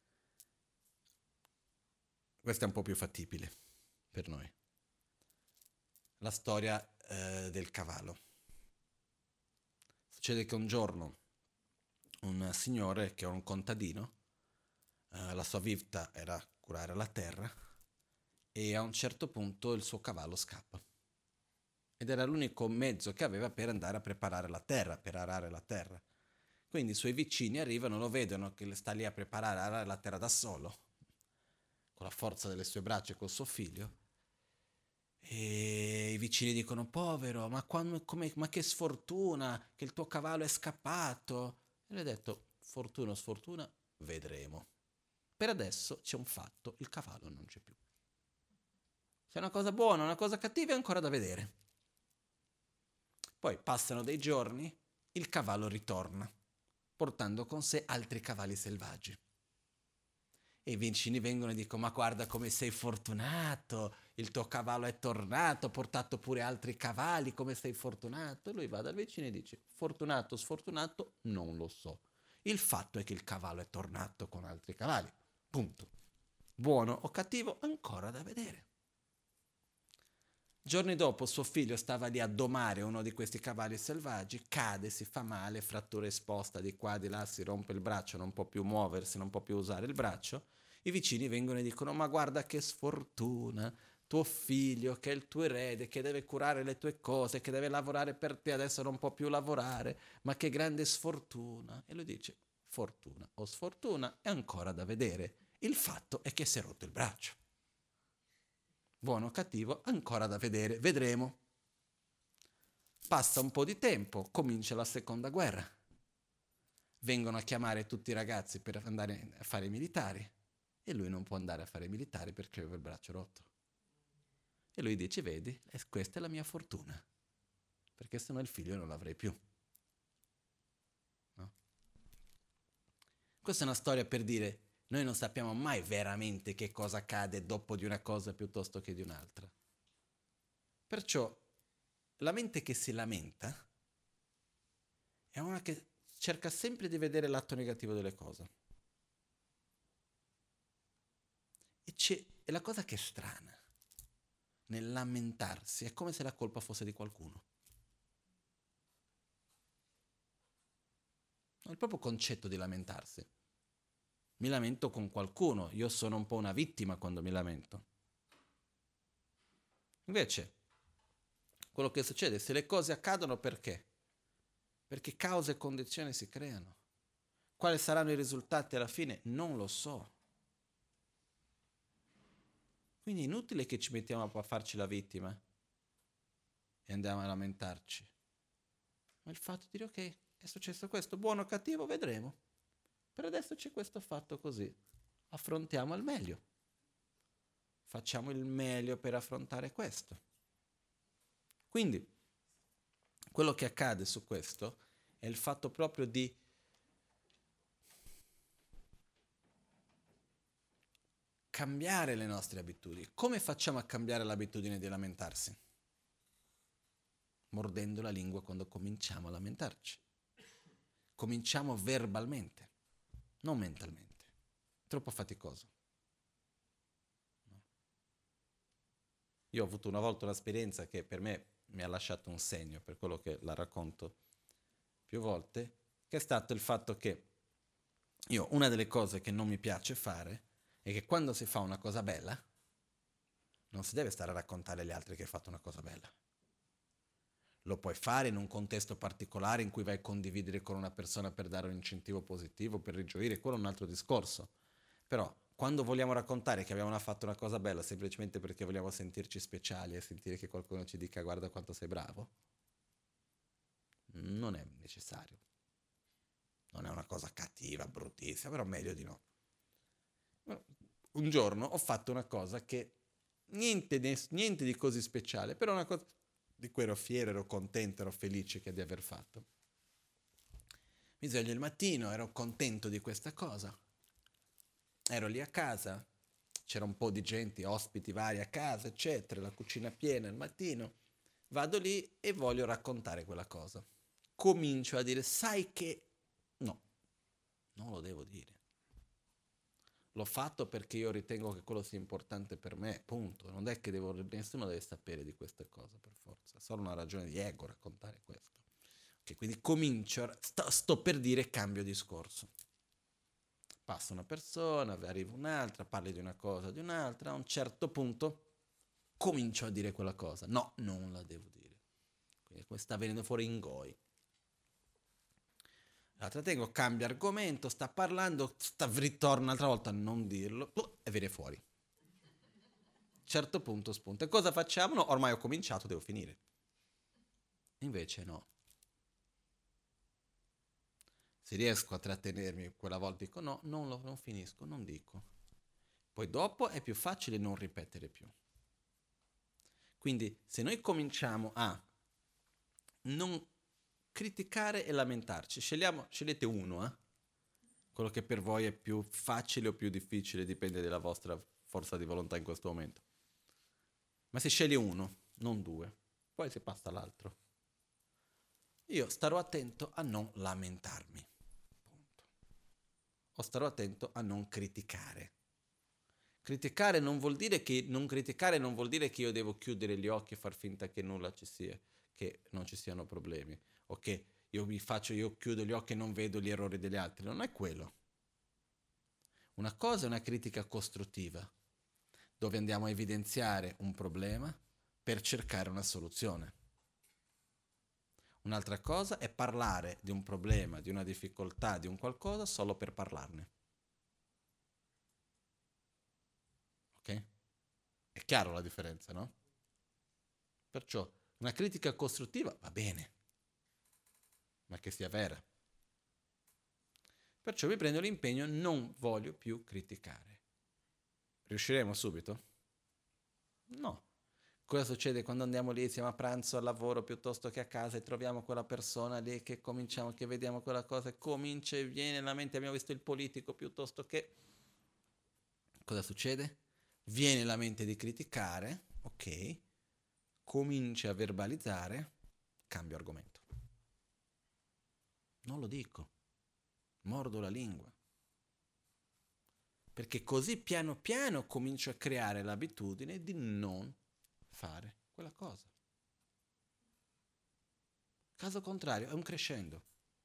Questa è un po' più fattibile per noi. La storia del cavallo. Succede che un giorno un signore che è un contadino, la sua vita era curare la terra e a un certo punto il suo cavallo scappa. Ed era l'unico mezzo che aveva per andare a preparare la terra, per arare la terra. Quindi i suoi vicini arrivano, lo vedono che sta lì a preparare, a arare la terra da solo, con la forza delle sue braccia e col suo figlio. E i vicini dicono, povero, ma che sfortuna che il tuo cavallo è scappato. E lui ha detto, fortuna o sfortuna, vedremo. Per adesso c'è un fatto, il cavallo non c'è più. Se è una cosa buona o una cosa cattiva è ancora da vedere. Poi passano dei giorni, il cavallo ritorna, portando con sé altri cavalli selvaggi. E i vicini vengono e dicono, ma guarda come sei fortunato, il tuo cavallo è tornato, ha portato pure altri cavalli, come sei fortunato. E lui va dal vicino e dice, fortunato o sfortunato, non lo so. Il fatto è che il cavallo è tornato con altri cavalli. Punto. Buono o cattivo, ancora da vedere. Giorni dopo suo figlio stava lì a domare uno di questi cavalli selvaggi, cade, si fa male, frattura esposta di qua di là, si rompe il braccio, non può più muoversi, non può più usare il braccio. I vicini vengono e dicono, ma guarda che sfortuna, tuo figlio che è il tuo erede, che deve curare le tue cose, che deve lavorare per te, adesso non può più lavorare, ma che grande sfortuna. E lui dice, fortuna o sfortuna è ancora da vedere. Il fatto è che si è rotto il braccio. Buono o cattivo, ancora da vedere, vedremo. Passa un po' di tempo, comincia la seconda guerra. Vengono a chiamare tutti i ragazzi per andare a fare i militari e lui non può andare a fare i militari perché aveva il braccio rotto. E lui dice, vedi, questa è la mia fortuna, perché sennò il figlio non l'avrei più. No? Questa è una storia per dire, noi non sappiamo mai veramente che cosa accade dopo di una cosa piuttosto che di un'altra. Perciò la mente che si lamenta è una che cerca sempre di vedere l'atto negativo delle cose. E la cosa che è strana nel lamentarsi è come se la colpa fosse di qualcuno. Non è il proprio concetto di lamentarsi. Mi lamento con qualcuno, io sono un po' una vittima quando mi lamento. Invece, quello che succede, se le cose accadono perché? Perché cause e condizioni si creano. Quali saranno i risultati alla fine? Non lo so. Quindi è inutile che ci mettiamo a farci la vittima e andiamo a lamentarci. Ma il fatto di dire, ok, è successo questo, buono o cattivo, vedremo. Per adesso c'è questo fatto così. Affrontiamo al meglio. Facciamo il meglio per affrontare questo. Quindi, quello che accade su questo è il fatto proprio di cambiare le nostre abitudini. Come facciamo a cambiare l'abitudine di lamentarsi? Mordendo la lingua quando cominciamo a lamentarci. Cominciamo verbalmente, non mentalmente. Troppo faticoso. Io ho avuto una volta un'esperienza che per me mi ha lasciato un segno, per quello che la racconto più volte, che è stato il fatto che una delle cose che non mi piace fare è che quando si fa una cosa bella, non si deve stare a raccontare agli altri che hai fatto una cosa bella. Lo puoi fare in un contesto particolare in cui vai a condividere con una persona per dare un incentivo positivo, per rigioire, quello è un altro discorso. Però quando vogliamo raccontare che abbiamo fatto una cosa bella semplicemente perché vogliamo sentirci speciali e sentire che qualcuno ci dica guarda quanto sei bravo, non è necessario. Non è una cosa cattiva, bruttissima, però meglio di no. Un giorno ho fatto una cosa che niente di così speciale, però una cosa di cui ero fiero, ero contento, ero felice di aver fatto. Mi sveglio il mattino, ero contento di questa cosa. Ero lì a casa, c'era un po' di gente, ospiti vari a casa, eccetera, la cucina piena il mattino, vado lì e voglio raccontare quella cosa. Comincio a dire, sai che no, non lo devo dire. L'ho fatto perché io ritengo che quello sia importante per me, punto. Non è che nessuno deve sapere di queste cose per forza, è solo una ragione di ego raccontare questo. Okay, quindi comincio, sto per dire cambio discorso. Passa una persona, arriva un'altra, parli di una cosa, di un'altra, a un certo punto comincio a dire quella cosa. No, non la devo dire. Quindi sta venendo fuori in goi. La trattengo, cambia argomento, sta parlando, ritorna un'altra volta a non dirlo e viene fuori. Certo punto spunta. E cosa facciamo? No, ormai ho cominciato, devo finire. Invece no. Se riesco a trattenermi quella volta dico no, non finisco, non dico. Poi dopo è più facile non ripetere più. Quindi se noi cominciamo a non criticare e lamentarci, scegliete uno, quello che per voi è più facile o più difficile, dipende dalla vostra forza di volontà in questo momento. Ma se scegli uno, non due, poi si passa all'altro. Io starò attento a non lamentarmi. Punto. O starò attento a non criticare. Criticare non vuol dire che io devo chiudere gli occhi e far finta che nulla ci sia, che non ci siano problemi, o che io chiudo gli occhi e non vedo gli errori degli altri. Non è quello. Una cosa è una critica costruttiva, dove andiamo a evidenziare un problema per cercare una soluzione. Un'altra cosa è parlare di un problema, di una difficoltà, di un qualcosa solo per parlarne. Ok? È chiaro la differenza, no? Perciò una critica costruttiva va bene, ma che sia vera. Perciò mi prendo l'impegno, non voglio più criticare. Riusciremo subito? No. Cosa succede quando andiamo lì, siamo a pranzo, al lavoro piuttosto che a casa e troviamo quella persona lì che vediamo quella cosa e comincia e viene la mente, abbiamo visto il politico piuttosto che... Cosa succede? Viene la mente di criticare, ok, comincia a verbalizzare, cambio argomento. Non lo dico, mordo la lingua. Perché così piano piano comincio a creare l'abitudine di non fare quella cosa. Caso contrario, è un crescendo.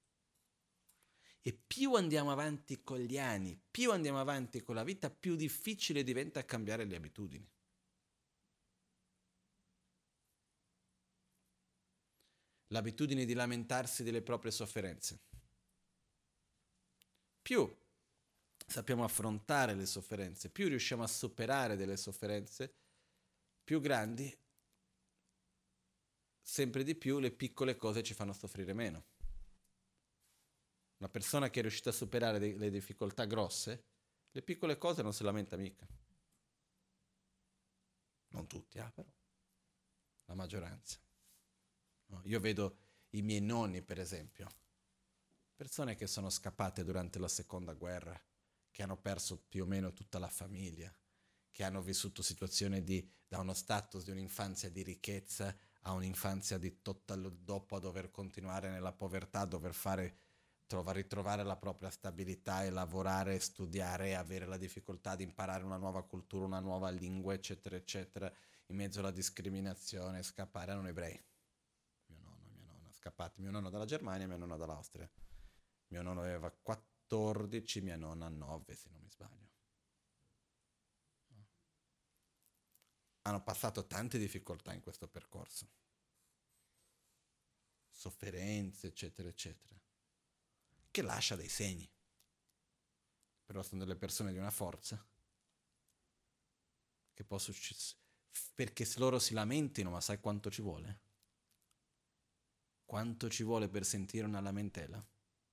E più andiamo avanti con gli anni, più andiamo avanti con la vita, più difficile diventa cambiare le abitudini. L'abitudine di lamentarsi delle proprie sofferenze. Più sappiamo affrontare le sofferenze, più riusciamo a superare delle sofferenze più grandi, sempre di più le piccole cose ci fanno soffrire meno. Una persona che è riuscita a superare le difficoltà grosse, le piccole cose non si lamenta mica. Non tutti, però la maggioranza. No, io vedo i miei nonni, per esempio, persone che sono scappate durante la seconda guerra, che hanno perso più o meno tutta la famiglia, che hanno vissuto situazioni da uno status di un'infanzia di ricchezza a un'infanzia di total dopo a dover continuare nella povertà, a dover ritrovare la propria stabilità e lavorare, studiare, avere la difficoltà di imparare una nuova cultura, una nuova lingua, eccetera, eccetera, in mezzo alla discriminazione, scappare. Erano ebrei. Mia nonna, scappati. Mio nonno dalla Germania e mio nonno dall'Austria. Mio nonno aveva 14, mia nonna 9, se non mi sbaglio. Hanno passato tante difficoltà in questo percorso. Sofferenze, eccetera, eccetera. Che lascia dei segni. Però sono delle persone di una forza che perché se loro si lamentino, ma sai quanto ci vuole? Quanto ci vuole per sentire una lamentela?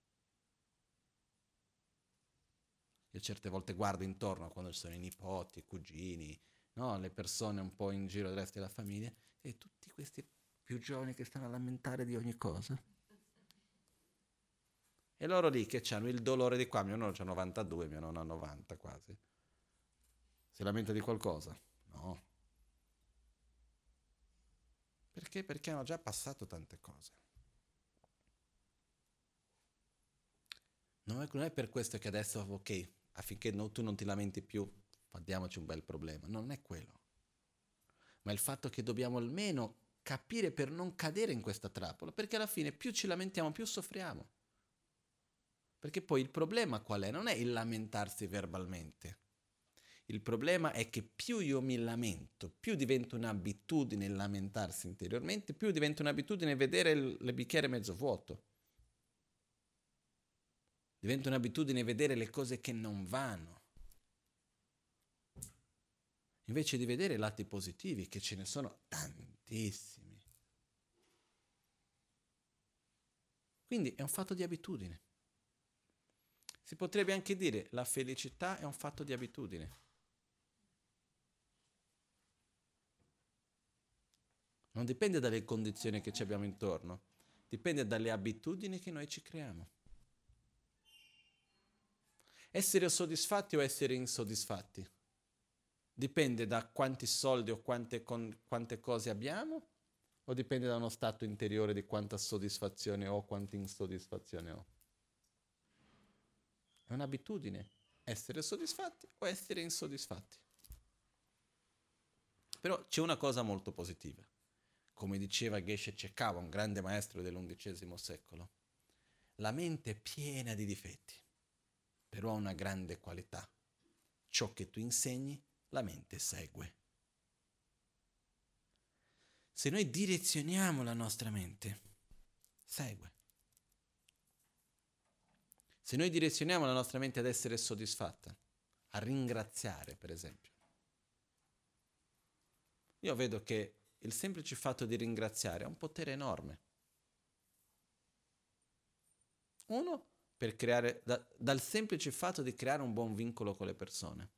Io certe volte guardo intorno quando ci sono i nipoti, i cugini, no? Le persone un po' in giro del resto della famiglia e tutti questi più giovani che stanno a lamentare di ogni cosa. E loro lì che hanno il dolore di qua, mio nonno ha 92, mio nonno ha 90 quasi. Si lamenta di qualcosa? No. Perché? Perché hanno già passato tante cose. Non è per questo che adesso, ok, affinché tu non ti lamenti più, diamoci un bel problema. Non è quello. Ma è il fatto che dobbiamo almeno capire per non cadere in questa trappola, perché alla fine più ci lamentiamo, più soffriamo. Perché poi il problema qual è? Non è il lamentarsi verbalmente. Il problema è che più io mi lamento, più diventa un'abitudine lamentarsi interiormente, più diventa un'abitudine vedere il bicchiere mezzo vuoto. Diventa un'abitudine vedere le cose che non vanno. Invece di vedere i lati positivi, che ce ne sono tantissimi. Quindi è un fatto di abitudine. Si potrebbe anche dire la felicità è un fatto di abitudine. Non dipende dalle condizioni che ci abbiamo intorno, dipende dalle abitudini che noi ci creiamo. Essere soddisfatti o essere insoddisfatti dipende da quanti soldi o quante cose abbiamo, o dipende da uno stato interiore di quanta soddisfazione ho o quanta insoddisfazione ho. È un'abitudine essere soddisfatti o essere insoddisfatti. Però c'è una cosa molto positiva. Come diceva Geshe Chekawa, un grande maestro dell'undicesimo secolo, la mente è piena di difetti, però ha una grande qualità. Ciò che tu insegni, la mente segue. Se noi direzioniamo la nostra mente, segue. Se noi direzioniamo la nostra mente ad essere soddisfatta, a ringraziare, per esempio, io vedo che il semplice fatto di ringraziare ha un potere enorme. Uno, per creare, dal semplice fatto di creare un buon vincolo con le persone.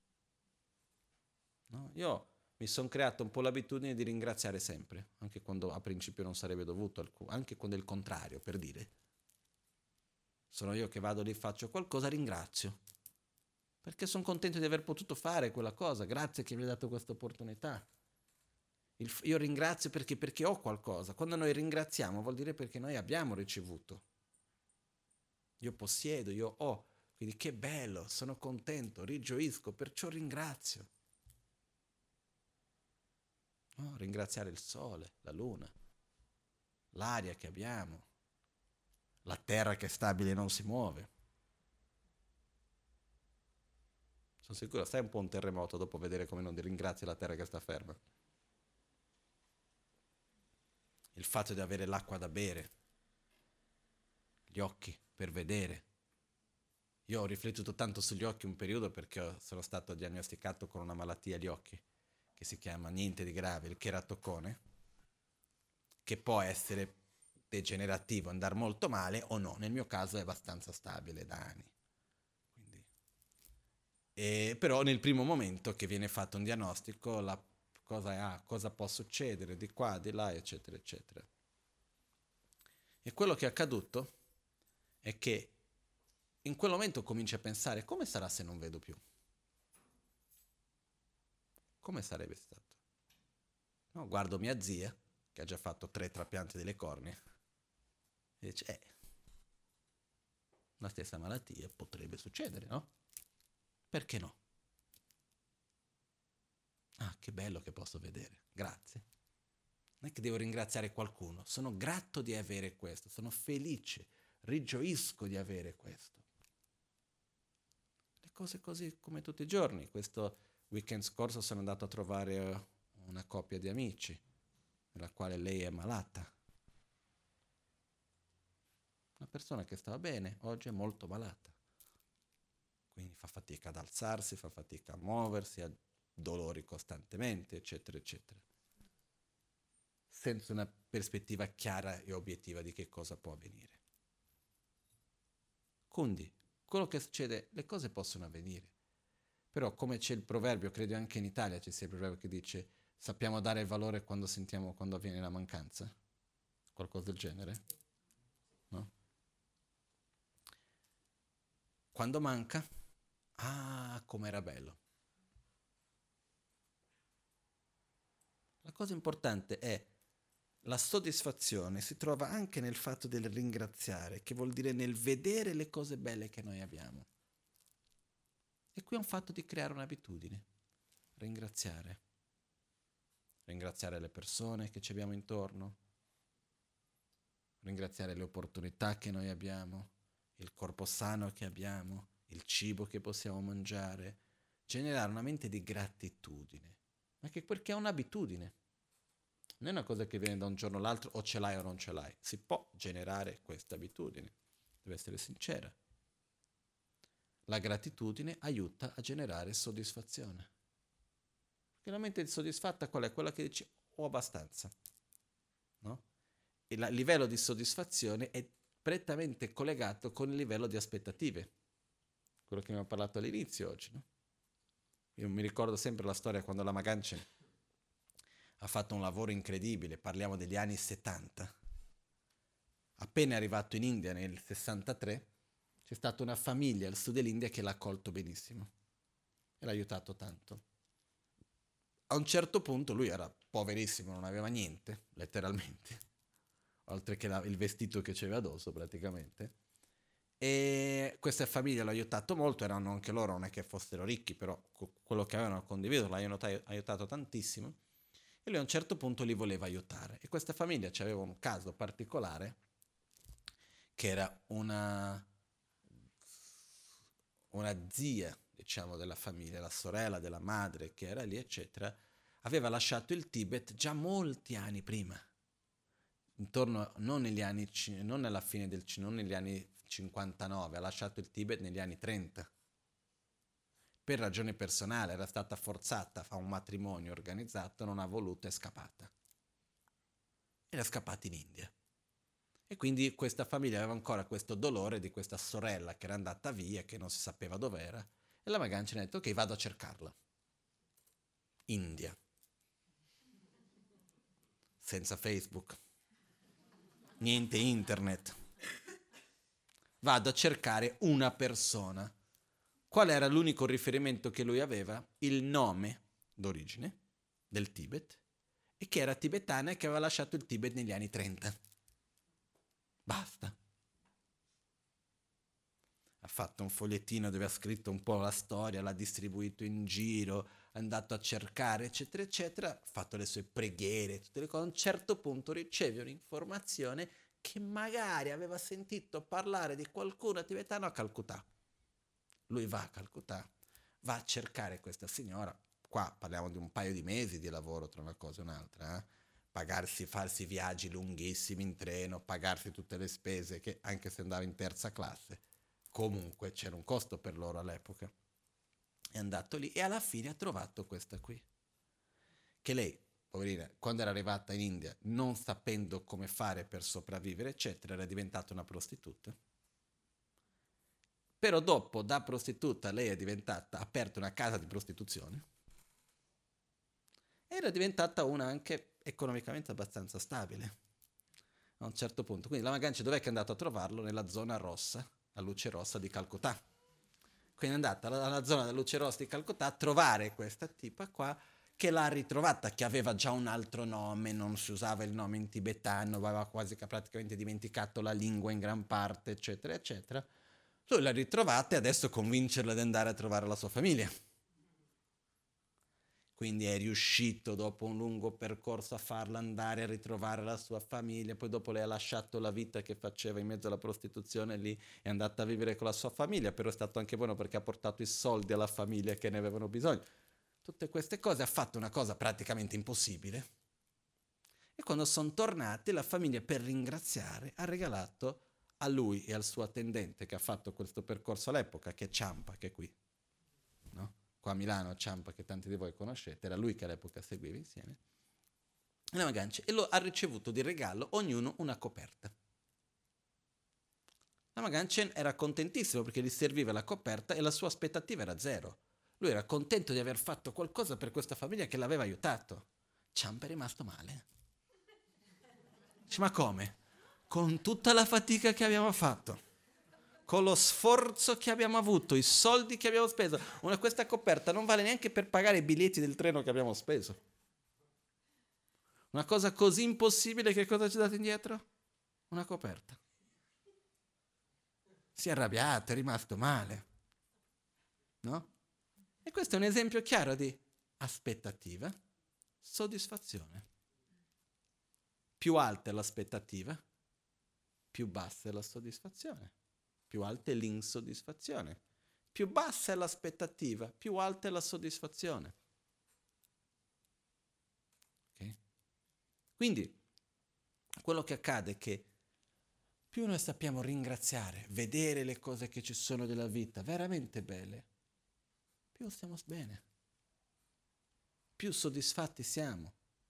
No? Io mi sono creato un po' l'abitudine di ringraziare sempre, anche quando a principio non sarebbe dovuto, anche quando è il contrario, per dire. Sono io che vado lì, faccio qualcosa, ringrazio. Perché sono contento di aver potuto fare quella cosa, grazie che mi hai dato questa opportunità. Io ringrazio perché ho qualcosa. Quando noi ringraziamo vuol dire perché noi abbiamo ricevuto. Io possiedo, io ho. Quindi che bello, sono contento, rigioisco, perciò ringrazio. No? Ringraziare il sole, la luna, l'aria che abbiamo, la terra che è stabile e non si muove. Sono sicuro, stai un po' un terremoto dopo vedere come non ringrazi la terra che sta ferma. Il fatto di avere l'acqua da bere, gli occhi per vedere. Io ho riflettuto tanto sugli occhi un periodo perché sono stato diagnosticato con una malattia agli occhi che si chiama niente di grave, il cheratocone, che può essere degenerativo, andare molto male o no. Nel mio caso è abbastanza stabile da anni. Però nel primo momento che viene fatto un diagnostico, la cosa può succedere di qua, di là, eccetera, eccetera. E quello che è accaduto è che in quel momento cominci a pensare come sarà se non vedo più? Come sarebbe stato? No, guardo mia zia, che ha già fatto 3 trapianti delle cornee, e dice, la stessa malattia potrebbe succedere, no? Perché no? Ah, che bello che posso vedere, grazie. Non è che devo ringraziare qualcuno, sono gratto di avere questo, sono felice, rigioisco di avere questo. Le cose così come tutti i giorni. Questo weekend scorso sono andato a trovare una coppia di amici, nella quale lei è malata. Una persona che stava bene, oggi è molto malata. Quindi fa fatica ad alzarsi, fa fatica a muoversi, ha dolori costantemente, eccetera, eccetera. Senza una prospettiva chiara e obiettiva di che cosa può avvenire. Quindi, quello che succede, le cose possono avvenire. Però come c'è il proverbio, credo anche in Italia ci sia il proverbio che dice sappiamo dare il valore quando sentiamo, quando avviene la mancanza? Qualcosa del genere? No? Quando manca, com'era bello. cosa importante è la soddisfazione si trova anche nel fatto del ringraziare, che vuol dire nel vedere le cose belle che noi abbiamo. E qui è un fatto di creare un'abitudine, ringraziare. Ringraziare le persone che ci abbiamo intorno, ringraziare le opportunità che noi abbiamo, il corpo sano che abbiamo, il cibo che possiamo mangiare, generare una mente di gratitudine, ma che perché è un'abitudine. Non è una cosa che viene da un giorno all'altro, o ce l'hai o non ce l'hai. Si può generare questa abitudine, deve essere sincera. La gratitudine aiuta a generare soddisfazione. Perché la mente insoddisfatta qual è? Quella che dice ho abbastanza. No? Il livello di soddisfazione è prettamente collegato con il livello di aspettative. Quello che abbiamo parlato all'inizio oggi. No? Io mi ricordo sempre la storia quando la Maganchen ha fatto un lavoro incredibile, parliamo degli anni 70. Appena è arrivato in India nel 63, c'è stata una famiglia al sud dell'India che l'ha accolto benissimo e l'ha aiutato tanto. A un certo punto lui era poverissimo, non aveva niente, letteralmente, oltre che il vestito che c'aveva addosso praticamente. E questa famiglia l'ha aiutato molto, erano anche loro, non è che fossero ricchi, però quello che avevano condiviso l'hanno aiutato tantissimo. E lui a un certo punto li voleva aiutare. E questa famiglia aveva un caso particolare, che era una zia, diciamo, della famiglia, la sorella della madre che era lì, eccetera, aveva lasciato il Tibet già molti anni prima, intorno, non negli anni, non nella fine non negli anni 59, ha lasciato il Tibet negli anni 30. Per ragione personale, era stata forzata a un matrimonio organizzato, non ha voluto, è scappata. Ed è scappata in India. E quindi questa famiglia aveva ancora questo dolore di questa sorella che era andata via, che non si sapeva dov'era, e la Maganchen ha detto, ok, vado a cercarla. India. Senza Facebook. Niente internet. Vado a cercare una persona. Qual era l'unico riferimento che lui aveva? Il nome d'origine del Tibet e che era tibetana e che aveva lasciato il Tibet negli anni 30. Basta. Ha fatto un fogliettino dove ha scritto un po' la storia, l'ha distribuito in giro, è andato a cercare, eccetera, eccetera, ha fatto le sue preghiere, tutte le cose. A un certo punto riceve un'informazione che magari aveva sentito parlare di qualcuno tibetano a Calcutta. Lui va a Calcutta, va a cercare questa signora, qua parliamo di un paio di mesi di lavoro tra una cosa e un'altra, farsi viaggi lunghissimi in treno, pagarsi tutte le spese, che anche se andava in terza classe, comunque c'era un costo per loro all'epoca. È andato lì e alla fine ha trovato questa qui, che lei, poverina, quando era arrivata in India, non sapendo come fare per sopravvivere, eccetera, era diventata una prostituta. Però dopo, da prostituta, lei è diventata, ha aperto una casa di prostituzione. E era diventata una anche economicamente abbastanza stabile. A un certo punto. Quindi la Maganchen dov'è che è andato a trovarlo? Nella zona rossa, la luce rossa di Calcutta. Quindi è andata alla zona della luce rossa di Calcutta a trovare questa tipa qua, che l'ha ritrovata, che aveva già un altro nome, non si usava il nome in tibetano, aveva quasi praticamente dimenticato la lingua in gran parte, eccetera, eccetera. Lui l'ha ritrovata e adesso convincerla ad andare a trovare la sua famiglia. Quindi è riuscito dopo un lungo percorso a farla andare a ritrovare la sua famiglia, poi dopo lei ha lasciato la vita che faceva in mezzo alla prostituzione lì, è andata a vivere con la sua famiglia, però è stato anche buono perché ha portato i soldi alla famiglia che ne avevano bisogno. Tutte queste cose, ha fatto una cosa praticamente impossibile. E quando sono tornati, la famiglia, per ringraziare, ha regalato a lui e al suo attendente che ha fatto questo percorso all'epoca, che è Ciampa, che è qui, no? Qua a Milano, Ciampa, che tanti di voi conoscete, era lui che all'epoca seguiva insieme, la Maganchen, e ha ricevuto di regalo ognuno una coperta. La Maganchen era contentissimo perché gli serviva la coperta e la sua aspettativa era zero. Lui era contento di aver fatto qualcosa per questa famiglia che l'aveva aiutato. Ciampa è rimasto male. Dice, ma come? Con tutta la fatica che abbiamo fatto, con lo sforzo che abbiamo avuto, i soldi che abbiamo speso, questa coperta non vale neanche per pagare i biglietti del treno che abbiamo speso. Una cosa così impossibile, che cosa ci date indietro? Una coperta. Si è arrabbiato, è rimasto male. No? E questo è un esempio chiaro di aspettativa, soddisfazione. Più alta è l'aspettativa, più bassa è la soddisfazione. Più alta è l'insoddisfazione. Più bassa è l'aspettativa, più alta è la soddisfazione. Okay? Quindi, quello che accade è che più noi sappiamo ringraziare, vedere le cose che ci sono della vita veramente belle, più stiamo bene, più soddisfatti siamo.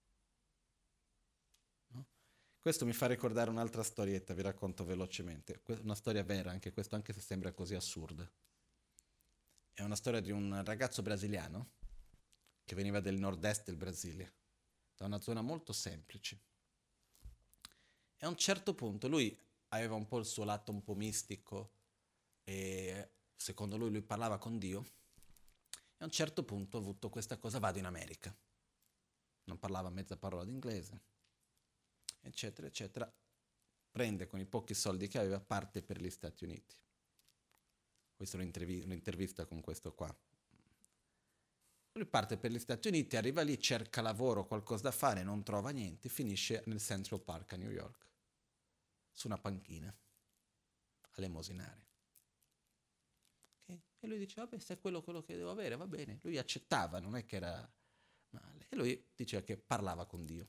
No? Questo mi fa ricordare un'altra storietta, vi racconto velocemente. Una storia vera, anche questo, anche se sembra così assurda. È una storia di un ragazzo brasiliano che veniva del nord-est del Brasile, da una zona molto semplice. E a un certo punto lui aveva un po' il suo lato un po' mistico e secondo lui parlava con Dio. E a un certo punto ha avuto questa cosa: vado in America. Non parlava mezza parola d'inglese, eccetera, eccetera. Prende con i pochi soldi che aveva, parte per gli Stati Uniti. Questa è un'intervista con questo qua. Lui parte per gli Stati Uniti, arriva lì, cerca lavoro, qualcosa da fare, non trova niente, finisce nel Central Park a New York, su una panchina, a elemosinare. Okay? E lui dice: vabbè, se è quello che devo avere, va bene. Lui accettava, non è che era male. E lui diceva che parlava con Dio.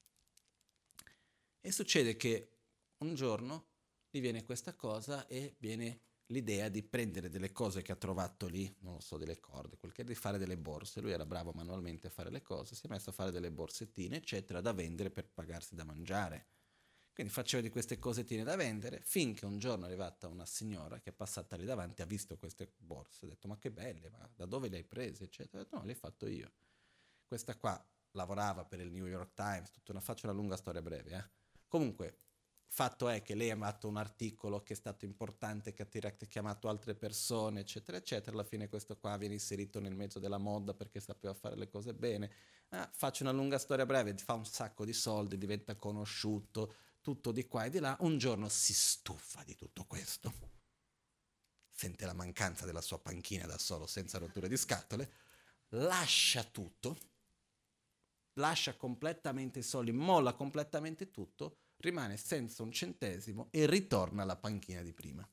E succede che un giorno gli viene questa cosa e viene l'idea di prendere delle cose che ha trovato lì, non lo so, delle corde, quel che è, di fare delle borse. Lui era bravo manualmente a fare le cose, si è messo a fare delle borsettine, eccetera, da vendere per pagarsi da mangiare. Quindi faceva di queste cosettine da vendere, finché un giorno è arrivata una signora che è passata lì davanti, ha visto queste borse, ha detto: ma che belle, ma da dove le hai prese, eccetera. Ha detto: no, le ho fatto io. Questa qua lavorava per il New York Times, faccio una lunga storia breve, Comunque, fatto è che lei ha fatto un articolo che è stato importante, che ha chiamato altre persone, eccetera, eccetera. Alla fine questo qua viene inserito nel mezzo della moda perché sapeva fare le cose bene. Faccio una lunga storia breve, fa un sacco di soldi, diventa conosciuto, tutto di qua e di là. Un giorno si stufa di tutto questo, sente la mancanza della sua panchina da solo, senza rotture di scatole, lascia tutto, lascia completamente i soldi, molla completamente tutto, rimane senza un centesimo e ritorna alla panchina di prima.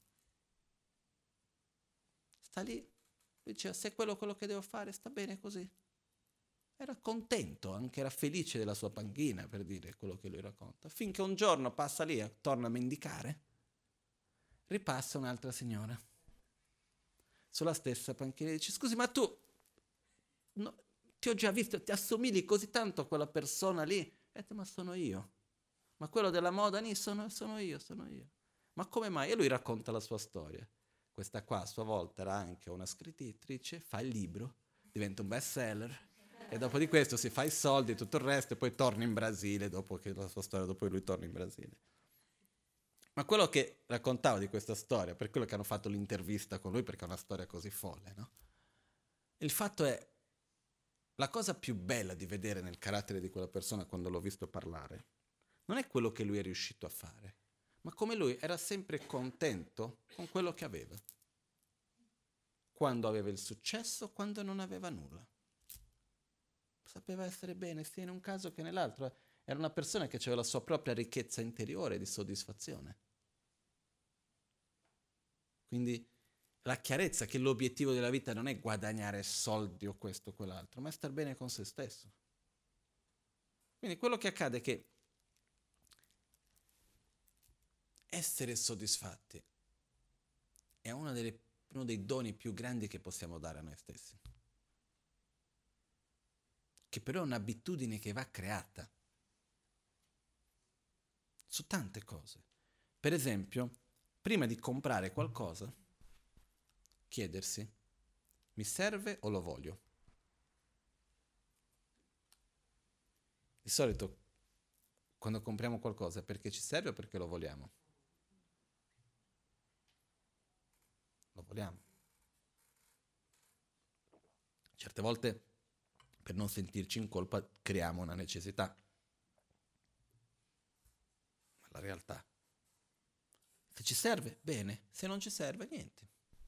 Sta lì, dice: se è quello che devo fare, sta bene così. Era contento, anche era felice della sua panchina, per dire quello che lui racconta. Finché un giorno passa lì, torna a mendicare, ripassa un'altra signora sulla stessa panchina e dice: scusi, ma tu ti ho già visto, ti assomigli così tanto a quella persona lì. E detto: ma sono io. Ma quello della moda lì sono io. Ma come mai? E lui racconta la sua storia. Questa qua a sua volta era anche una scrittrice, fa il libro, diventa un bestseller e dopo di questo si fa i soldi e tutto il resto e poi torna in Brasile dopo che la sua storia, dopo lui torna in Brasile. Ma quello che raccontavo di questa storia, per quello che hanno fatto l'intervista con lui, perché è una storia così folle, no? Il fatto è, la cosa più bella di vedere nel carattere di quella persona quando l'ho visto parlare, non è quello che lui è riuscito a fare, ma come lui era sempre contento con quello che aveva. Quando aveva il successo, quando non aveva nulla. Sapeva essere bene sia in un caso che nell'altro. Era una persona che aveva la sua propria ricchezza interiore di soddisfazione. Quindi la chiarezza che l'obiettivo della vita non è guadagnare soldi o questo o quell'altro, ma è star bene con se stesso. Quindi quello che accade è che essere soddisfatti è uno dei doni più grandi che possiamo dare a noi stessi, che però è un'abitudine che va creata su tante cose. Per esempio, prima di comprare qualcosa, chiedersi: mi serve o lo voglio? Di solito quando compriamo qualcosa è perché ci serve o perché lo vogliamo? Lo vogliamo. Certe volte, per non sentirci in colpa, creiamo una necessità. la realtà. Se ci serve, bene, se non ci serve, niente.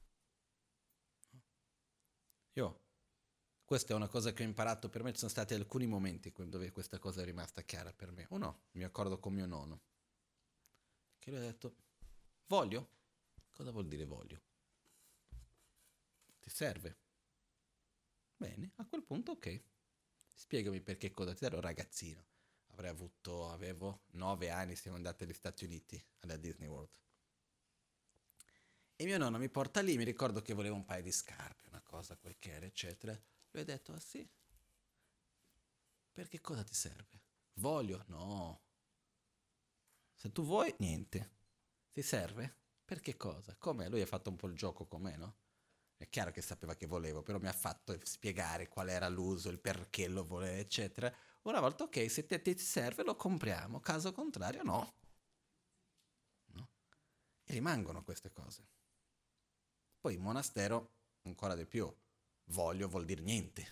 Questa è una cosa che ho imparato, per me ci sono stati alcuni momenti dove questa cosa è rimasta chiara per me. Uno, mi accordo con mio nonno, che lui ha detto, voglio? Cosa vuol dire voglio? Ti serve? Bene, a quel punto ok. Spiegami perché cosa ti serve, ero ragazzino. Avevo 9 anni, siamo andati agli Stati Uniti, alla Disney World. E mio nonno mi porta lì, mi ricordo che voleva un paio di scarpe, una cosa, quel che era, eccetera. Lui ha detto, ah sì? Perché cosa ti serve? Voglio? No. Se tu vuoi, niente. Ti serve? Per che cosa? Come? Lui ha fatto un po' il gioco con me, no? È chiaro che sapeva che volevo, però mi ha fatto spiegare qual era l'uso, il perché lo voleva, eccetera. Una volta, ok, se ti serve lo compriamo, caso contrario no. No? E rimangono queste cose. Poi in monastero, ancora di più, voglio vuol dire niente.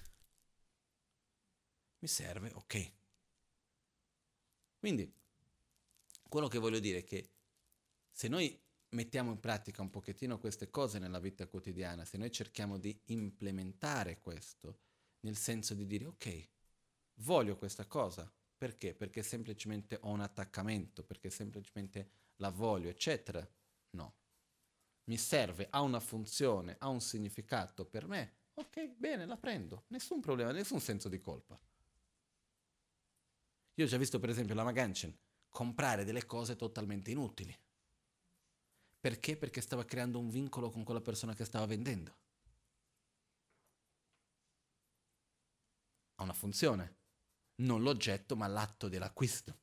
Mi serve, ok. Quindi, quello che voglio dire è che se noi mettiamo in pratica un pochettino queste cose nella vita quotidiana, se noi cerchiamo di implementare questo, nel senso di dire, ok, voglio questa cosa, perché? Perché semplicemente ho un attaccamento, perché semplicemente la voglio, eccetera. No. Mi serve, ha una funzione, ha un significato per me, ok, bene, la prendo, nessun problema, nessun senso di colpa. Io ho già visto per esempio la Maganchen comprare delle cose totalmente inutili. Perché? Perché stava creando un vincolo con quella persona che stava vendendo. Ha una funzione, non l'oggetto ma l'atto dell'acquisto.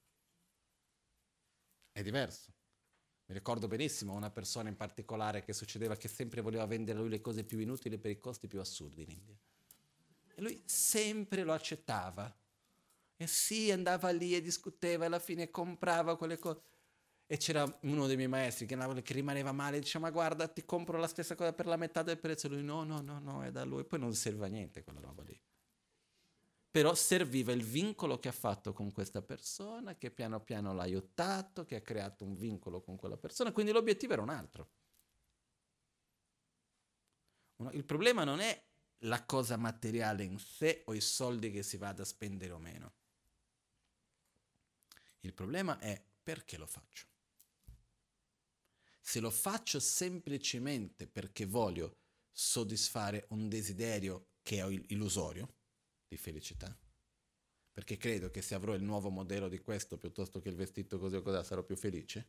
È diverso. Mi ricordo benissimo una persona in particolare che succedeva che sempre voleva vendere a lui le cose più inutili per i costi più assurdi in India. E lui sempre lo accettava. E sì, andava lì e discuteva e alla fine comprava quelle cose. E c'era uno dei miei maestri che rimaneva male, diceva ma guarda ti compro la stessa cosa per la metà del prezzo. E lui no, è da lui. Poi non serviva a niente quella roba lì. Però serviva il vincolo che ha fatto con questa persona, che piano piano l'ha aiutato, che ha creato un vincolo con quella persona, quindi l'obiettivo era un altro. Il problema non è la cosa materiale in sé o i soldi che si vada a spendere o meno. Il problema è perché lo faccio. Se lo faccio semplicemente perché voglio soddisfare un desiderio che è illusorio di felicità, perché credo che se avrò il nuovo modello di questo piuttosto che il vestito così o così sarò più felice,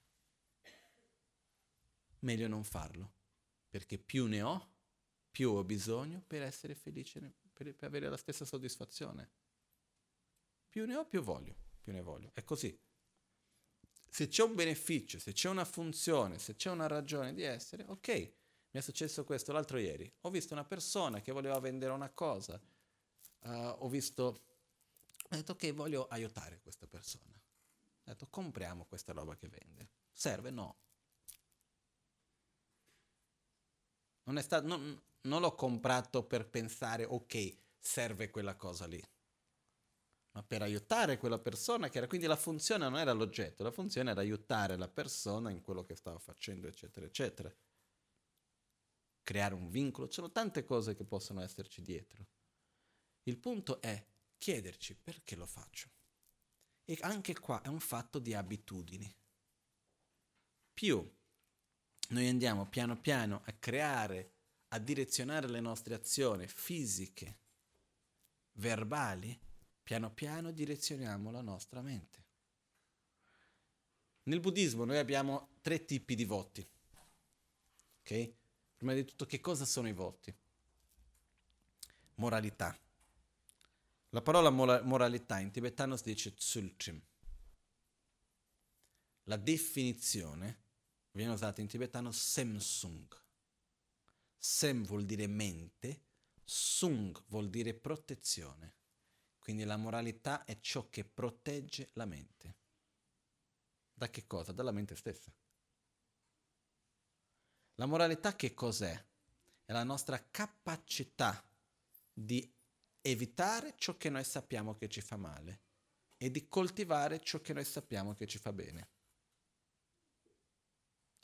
meglio non farlo, perché più ne ho, più ho bisogno per essere felice, per avere la stessa soddisfazione. Più ne ho, più ne voglio. È così. Se c'è un beneficio, se c'è una funzione, se c'è una ragione di essere, ok, mi è successo questo l'altro ieri. Ho visto una persona che voleva vendere una cosa, ho detto ok, voglio aiutare questa persona. Ho detto compriamo questa roba che vende. Serve? No. Non l'ho comprato per pensare ok, serve quella cosa lì. Ma per aiutare quella persona che era, quindi la funzione non era l'oggetto, la funzione era aiutare la persona in quello che stava facendo, eccetera, eccetera. Creare un vincolo, ci sono tante cose che possono esserci dietro. Il punto è chiederci perché lo faccio. E anche qua è un fatto di abitudini. Più noi andiamo piano piano a creare, a direzionare le nostre azioni fisiche, verbali, piano piano direzioniamo la nostra mente. Nel buddismo noi abbiamo 3 tipi di voti. Ok? Prima di tutto, che cosa sono i voti? Moralità. La parola moralità in tibetano si dice tsultrim. La definizione viene usata in tibetano semsung. Sem vuol dire mente, sung vuol dire protezione. Quindi la moralità è ciò che protegge la mente. Da che cosa? Dalla mente stessa. La moralità che cos'è? È la nostra capacità di evitare ciò che noi sappiamo che ci fa male e di coltivare ciò che noi sappiamo che ci fa bene.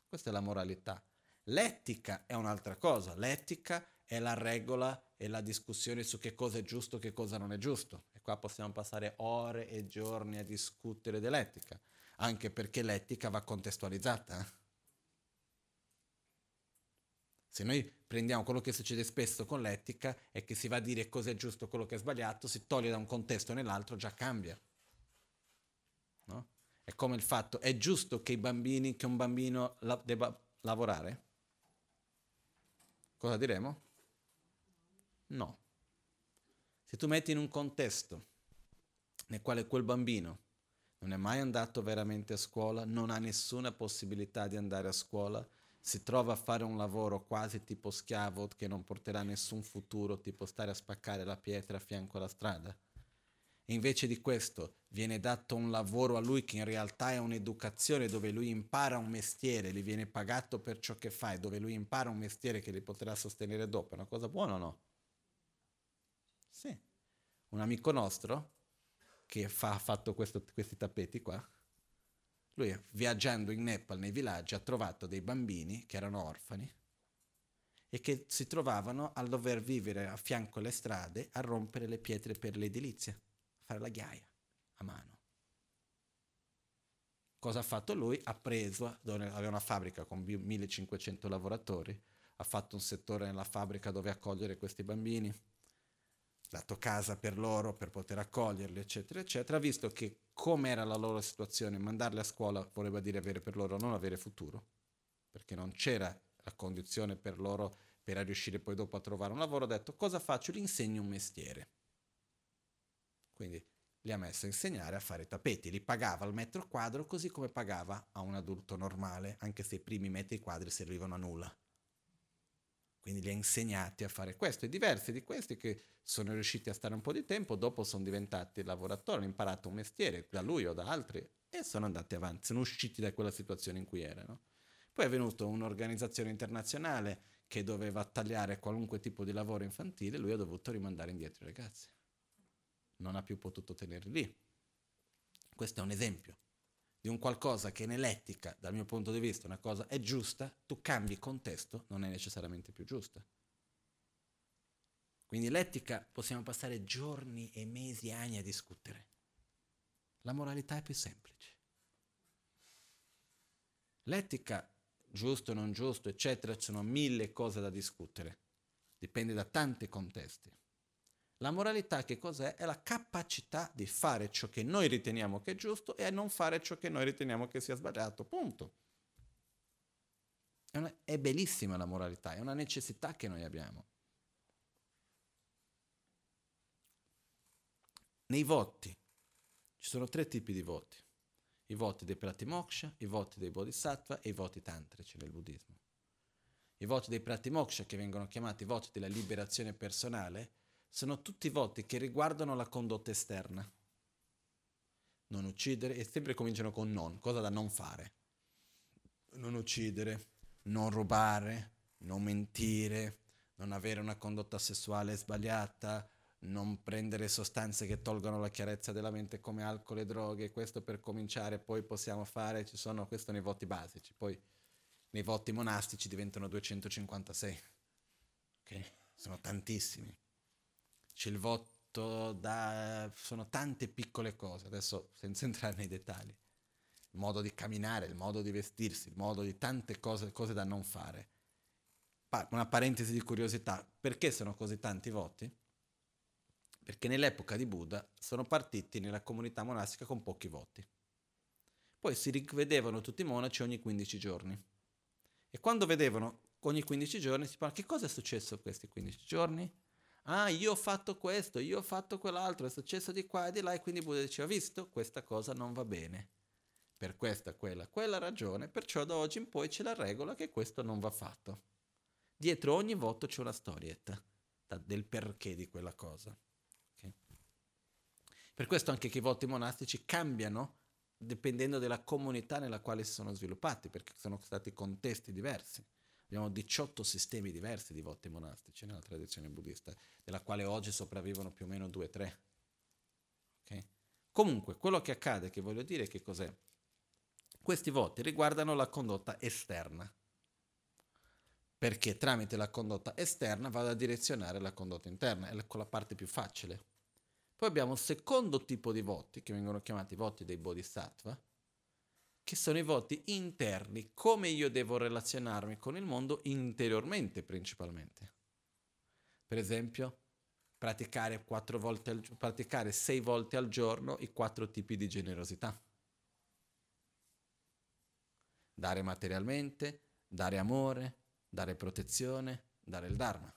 Questa è la moralità. L'etica è un'altra cosa. L'etica è la regola e la discussione su che cosa è giusto e che cosa non è giusto. E qua possiamo passare ore e giorni a discutere dell'etica, anche perché l'etica va contestualizzata. Se noi prendiamo quello che succede spesso con l'etica è che si va a dire cosa è giusto e quello che è sbagliato, si toglie da un contesto nell'altro, già cambia. No? È come il fatto, è giusto che un bambino debba lavorare? Cosa diremo? No. Se tu metti in un contesto nel quale quel bambino non è mai andato veramente a scuola, non ha nessuna possibilità di andare a scuola, si trova a fare un lavoro quasi tipo schiavo che non porterà nessun futuro, tipo stare a spaccare la pietra a fianco alla strada. E invece di questo viene dato un lavoro a lui che in realtà è un'educazione dove lui impara un mestiere, gli viene pagato per ciò che fa e dove lui impara un mestiere che li potrà sostenere dopo. È una cosa buona o no? Sì. Un amico nostro che ha fatto questi tappeti qua, lui viaggiando in Nepal nei villaggi ha trovato dei bambini che erano orfani e che si trovavano a dover vivere a fianco alle strade a rompere le pietre per l'edilizia, a fare la ghiaia a mano. Cosa ha fatto lui? Ha preso, aveva una fabbrica con 1500 lavoratori, ha fatto un settore nella fabbrica dove accogliere questi bambini, dato casa per loro per poter accoglierli, eccetera, eccetera, ha visto che come era la loro situazione, mandarli a scuola voleva dire avere per loro non avere futuro, perché non c'era la condizione per loro per riuscire poi dopo a trovare un lavoro, ha detto cosa faccio? Gli insegno un mestiere. Quindi li ha messo a insegnare a fare tappeti, li pagava al metro quadro così come pagava a un adulto normale, anche se i primi metri quadri servivano a nulla. Quindi li ha insegnati a fare questo e diversi di questi che sono riusciti a stare un po' di tempo, dopo sono diventati lavoratori, hanno imparato un mestiere da lui o da altri e sono andati avanti, sono usciti da quella situazione in cui erano. Poi è venuta un'organizzazione internazionale che doveva tagliare qualunque tipo di lavoro infantile, lui ha dovuto rimandare indietro i ragazzi. Non ha più potuto tenerli lì. Questo è un esempio di un qualcosa che nell'etica, dal mio punto di vista, una cosa è giusta, tu cambi contesto, non è necessariamente più giusta. Quindi l'etica possiamo passare giorni e mesi e anni a discutere. La moralità è più semplice. L'etica, giusto o non giusto, eccetera, ci sono mille cose da discutere. Dipende da tanti contesti. La moralità che cos'è? È la capacità di fare ciò che noi riteniamo che è giusto e non fare ciò che noi riteniamo che sia sbagliato. Punto. È bellissima la moralità, è una necessità che noi abbiamo. Nei voti ci sono 3 tipi di voti. I voti dei Pratimoksha, i voti dei Bodhisattva e i voti tantrici nel buddismo. I voti dei Pratimoksha, che vengono chiamati voti della liberazione personale, sono tutti voti che riguardano la condotta esterna. Non uccidere, e sempre cominciano con non, cosa da non fare. Non uccidere, non rubare, non mentire, non avere una condotta sessuale sbagliata, non prendere sostanze che tolgono la chiarezza della mente come alcol e droghe. Questo per cominciare, poi possiamo fare, questo nei voti basici, poi nei voti monastici diventano 256. Ok? Sono tantissimi. C'è il voto sono tante piccole cose, adesso senza entrare nei dettagli. Il modo di camminare, il modo di vestirsi, il modo di tante cose da non fare. Una parentesi di curiosità, perché sono così tanti voti? Perché nell'epoca di Buddha sono partiti nella comunità monastica con pochi voti. Poi si rivedevano tutti i monaci ogni 15 giorni. E quando vedevano ogni 15 giorni si parla, che cosa è successo questi 15 giorni? Ah, io ho fatto questo, io ho fatto quell'altro, è successo di qua e di là, e quindi Buddha diceva, visto, questa cosa non va bene. Per questa, quella ragione, perciò da oggi in poi c'è la regola che questo non va fatto. Dietro ogni voto c'è una storietta del perché di quella cosa. Okay? Per questo anche che i voti monastici cambiano dipendendo dalla comunità nella quale si sono sviluppati, perché sono stati contesti diversi. Abbiamo 18 sistemi diversi di voti monastici nella tradizione buddista, della quale oggi sopravvivono più o meno 2-3. Okay? Comunque, quello che accade, che voglio dire, che cos'è? Questi voti riguardano la condotta esterna, perché tramite la condotta esterna vado a direzionare la condotta interna, è la parte più facile. Poi abbiamo un secondo tipo di voti, che vengono chiamati voti dei bodhisattva, che sono i voti interni, come io devo relazionarmi con il mondo interiormente principalmente. Per esempio, praticare 6 volte al giorno i 4 tipi di generosità. Dare materialmente, dare amore, dare protezione, dare il Dharma.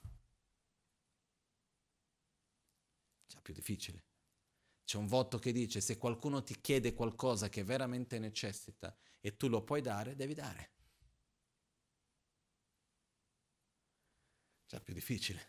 È più difficile. C'è un voto che dice: se qualcuno ti chiede qualcosa che veramente necessita e tu lo puoi dare, devi dare. È più difficile.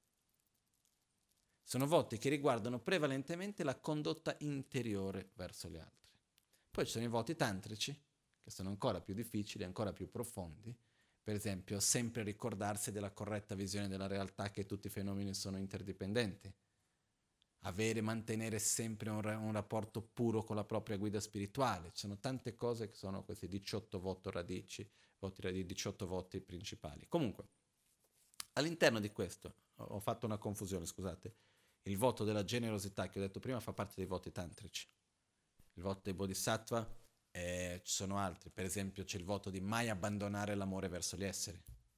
Sono voti che riguardano prevalentemente la condotta interiore verso gli altri. Poi ci sono i voti tantrici, che sono ancora più difficili, ancora più profondi. Per esempio, sempre ricordarsi della corretta visione della realtà, che tutti i fenomeni sono interdipendenti. Mantenere sempre un rapporto puro con la propria guida spirituale. Ci sono tante cose che sono questi 18 voti 18 voti principali. Comunque, all'interno di questo, ho fatto una confusione, scusate, il voto della generosità che ho detto prima fa parte dei voti tantrici. Il voto dei bodhisattva, ci sono altri, per esempio c'è il voto di mai abbandonare l'amore verso gli esseri.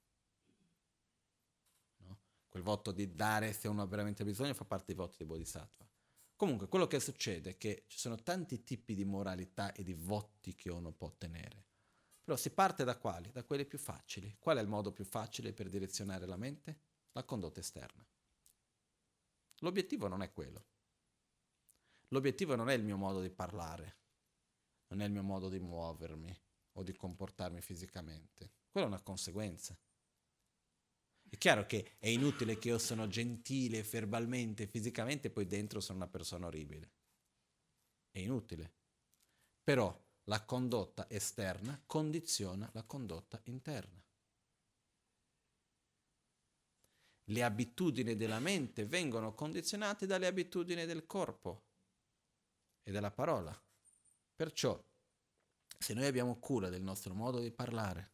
No? Quel voto di dare se uno ha veramente bisogno fa parte dei voti dei bodhisattva. Comunque, quello che succede è che ci sono tanti tipi di moralità e di voti che uno può ottenere. Però si parte da quali? Da quelli più facili. Qual è il modo più facile per direzionare la mente? La condotta esterna. L'obiettivo non è quello. L'obiettivo non è il mio modo di parlare, non è il mio modo di muovermi o di comportarmi fisicamente. Quella è una conseguenza. È chiaro che è inutile che io sono gentile verbalmente, fisicamente, e poi dentro sono una persona orribile. È inutile. Però la condotta esterna condiziona la condotta interna. Le abitudini della mente vengono condizionate dalle abitudini del corpo e della parola. Perciò, se noi abbiamo cura del nostro modo di parlare,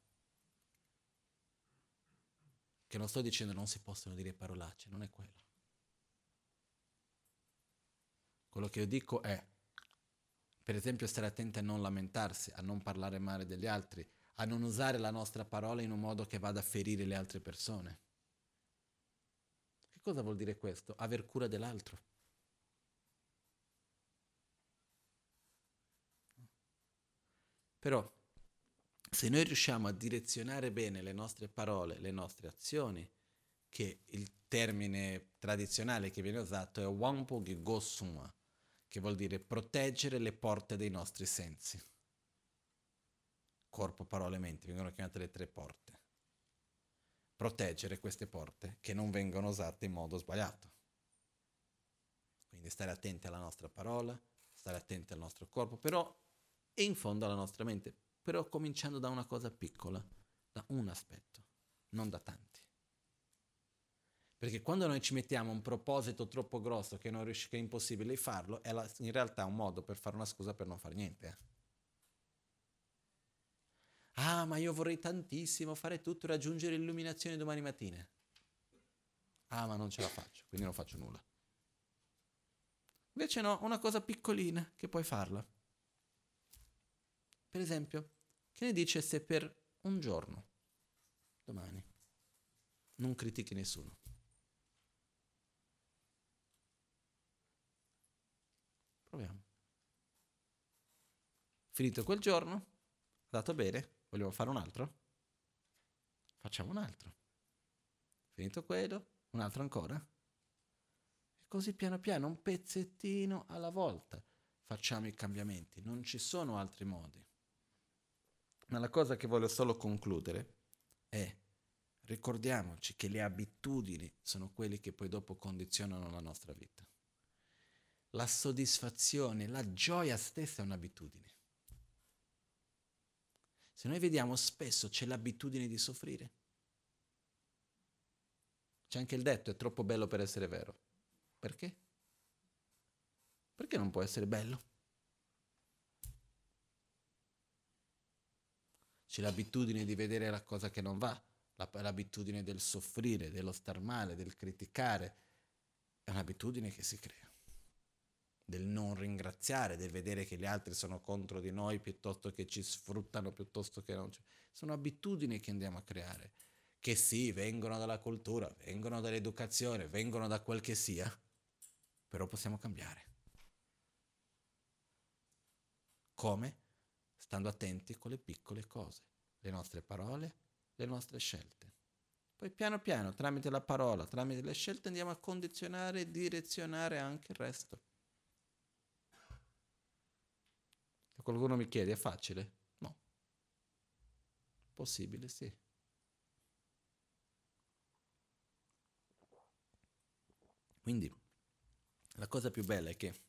che non sto dicendo non si possono dire parolacce, non è quello. Quello che io dico è, per esempio, stare attenti a non lamentarsi, a non parlare male degli altri, a non usare la nostra parola in un modo che vada a ferire le altre persone. Che cosa vuol dire questo? Aver cura dell'altro. Però, se noi riusciamo a direzionare bene le nostre parole, le nostre azioni, che il termine tradizionale che viene usato è Wangpo Ge Gosuma, che vuol dire proteggere le porte dei nostri sensi. Corpo, parole, mente, vengono chiamate le 3 porte. Proteggere queste porte che non vengono usate in modo sbagliato. Quindi stare attenti alla nostra parola, stare attenti al nostro corpo, però, e in fondo alla nostra mente, però cominciando da una cosa piccola, da un aspetto, non da tanti. Perché quando noi ci mettiamo un proposito troppo grosso che è impossibile farlo, è in realtà un modo per fare una scusa per non fare niente. Ah, ma io vorrei tantissimo fare tutto e raggiungere l'illuminazione domani mattina. Ah, ma non ce la faccio, quindi non faccio nulla. Invece no, una cosa piccolina che puoi farla. Per esempio, che ne dice se per un giorno, domani, non critichi nessuno? Proviamo. Finito quel giorno, è andato bene, vogliamo fare un altro? Facciamo un altro. Finito quello, un altro ancora? E così piano piano, un pezzettino alla volta, facciamo i cambiamenti. Non ci sono altri modi. Ma la cosa che voglio solo concludere è: ricordiamoci che le abitudini sono quelle che poi dopo condizionano la nostra vita. La soddisfazione, la gioia stessa è un'abitudine. Se noi vediamo, spesso c'è l'abitudine di soffrire. C'è anche il detto: è troppo bello per essere vero. Perché? Perché non può essere bello? C'è l'abitudine di vedere la cosa che non va, l'abitudine del soffrire, dello star male, del criticare. È un'abitudine che si crea. Del non ringraziare, del vedere che gli altri sono contro di noi piuttosto che ci sfruttano, piuttosto che non. Sono abitudini che andiamo a creare, che sì, vengono dalla cultura, vengono dall'educazione, vengono da quel che sia, però possiamo cambiare. Come? Stando attenti con le piccole cose, le nostre parole, le nostre scelte. Poi piano piano, tramite la parola, tramite le scelte, andiamo a condizionare e direzionare anche il resto. Se qualcuno mi chiede, è facile? No. Possibile, sì. Quindi, la cosa più bella è che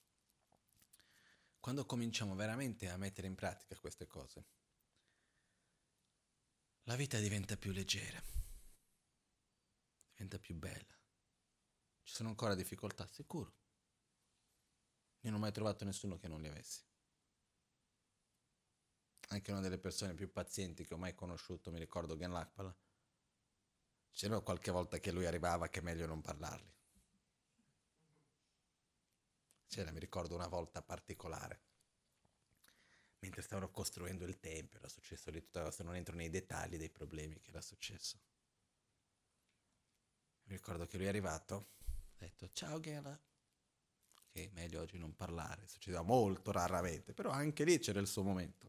quando cominciamo veramente a mettere in pratica queste cose, la vita diventa più leggera, diventa più bella. Ci sono ancora difficoltà? Sicuro. Io non ho mai trovato nessuno che non li avessi. Anche una delle persone più pazienti che ho mai conosciuto, mi ricordo Gen Lakpala, c'era qualche volta che lui arrivava che è meglio non parlargli. Mi ricordo una volta particolare, mentre stavano costruendo il tempio, era successo lì tutta la cosa, non entro nei dettagli dei problemi che era successo. Mi ricordo che lui è arrivato, ha detto ciao Gela, ok, meglio oggi non parlare, succedeva molto raramente, però anche lì c'era il suo momento.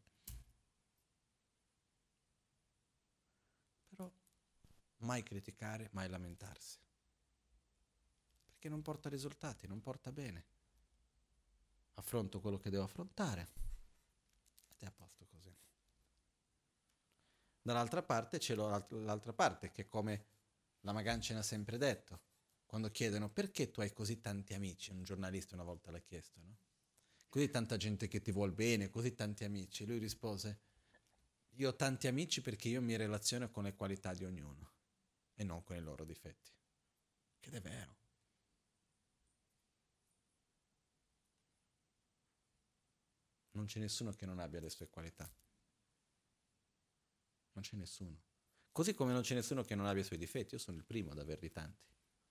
Però mai criticare, mai lamentarsi, perché non porta risultati, non porta bene. Affronto quello che devo affrontare ed è a posto così. Dall'altra parte c'è l'altra parte che, come la Magancia ha sempre detto, quando chiedono perché tu hai così tanti amici, un giornalista una volta l'ha chiesto, no? Così tanta gente che ti vuol bene, così tanti amici. Lui rispose, io ho tanti amici perché io mi relaziono con le qualità di ognuno e non con i loro difetti. Ed è vero. Non c'è nessuno che non abbia le sue qualità. Non c'è nessuno. Così come non c'è nessuno che non abbia i suoi difetti. Io sono il primo ad averli tanti.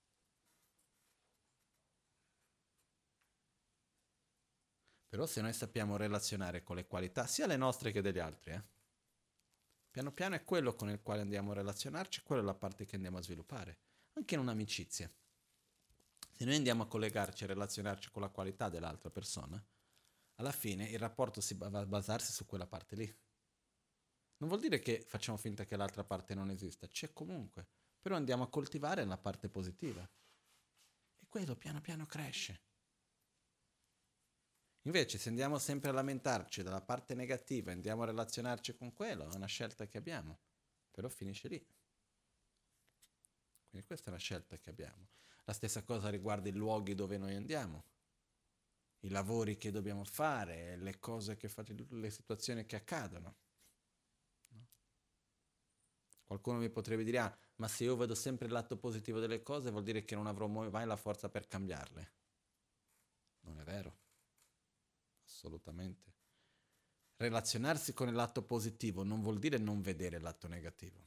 Però se noi sappiamo relazionare con le qualità, sia le nostre che degli altri, piano piano è quello con il quale andiamo a relazionarci, quella è la parte che andiamo a sviluppare. Anche in un'amicizia. Se noi andiamo a collegarci, a relazionarci con la qualità dell'altra persona, alla fine il rapporto va a basarsi su quella parte lì. Non vuol dire che facciamo finta che l'altra parte non esista, c'è comunque, però andiamo a coltivare la parte positiva. E quello piano piano cresce. Invece se andiamo sempre a lamentarci dalla parte negativa e andiamo a relazionarci con quello, è una scelta che abbiamo, però finisce lì. Quindi questa è una scelta che abbiamo. La stessa cosa riguarda i luoghi dove noi andiamo, i lavori che dobbiamo fare, le cose che le situazioni che accadono. No? Qualcuno mi potrebbe dire, ah, ma se io vedo sempre il lato positivo delle cose vuol dire che non avrò mai la forza per cambiarle. Non è vero. Assolutamente. Relazionarsi con il lato positivo non vuol dire non vedere il lato negativo.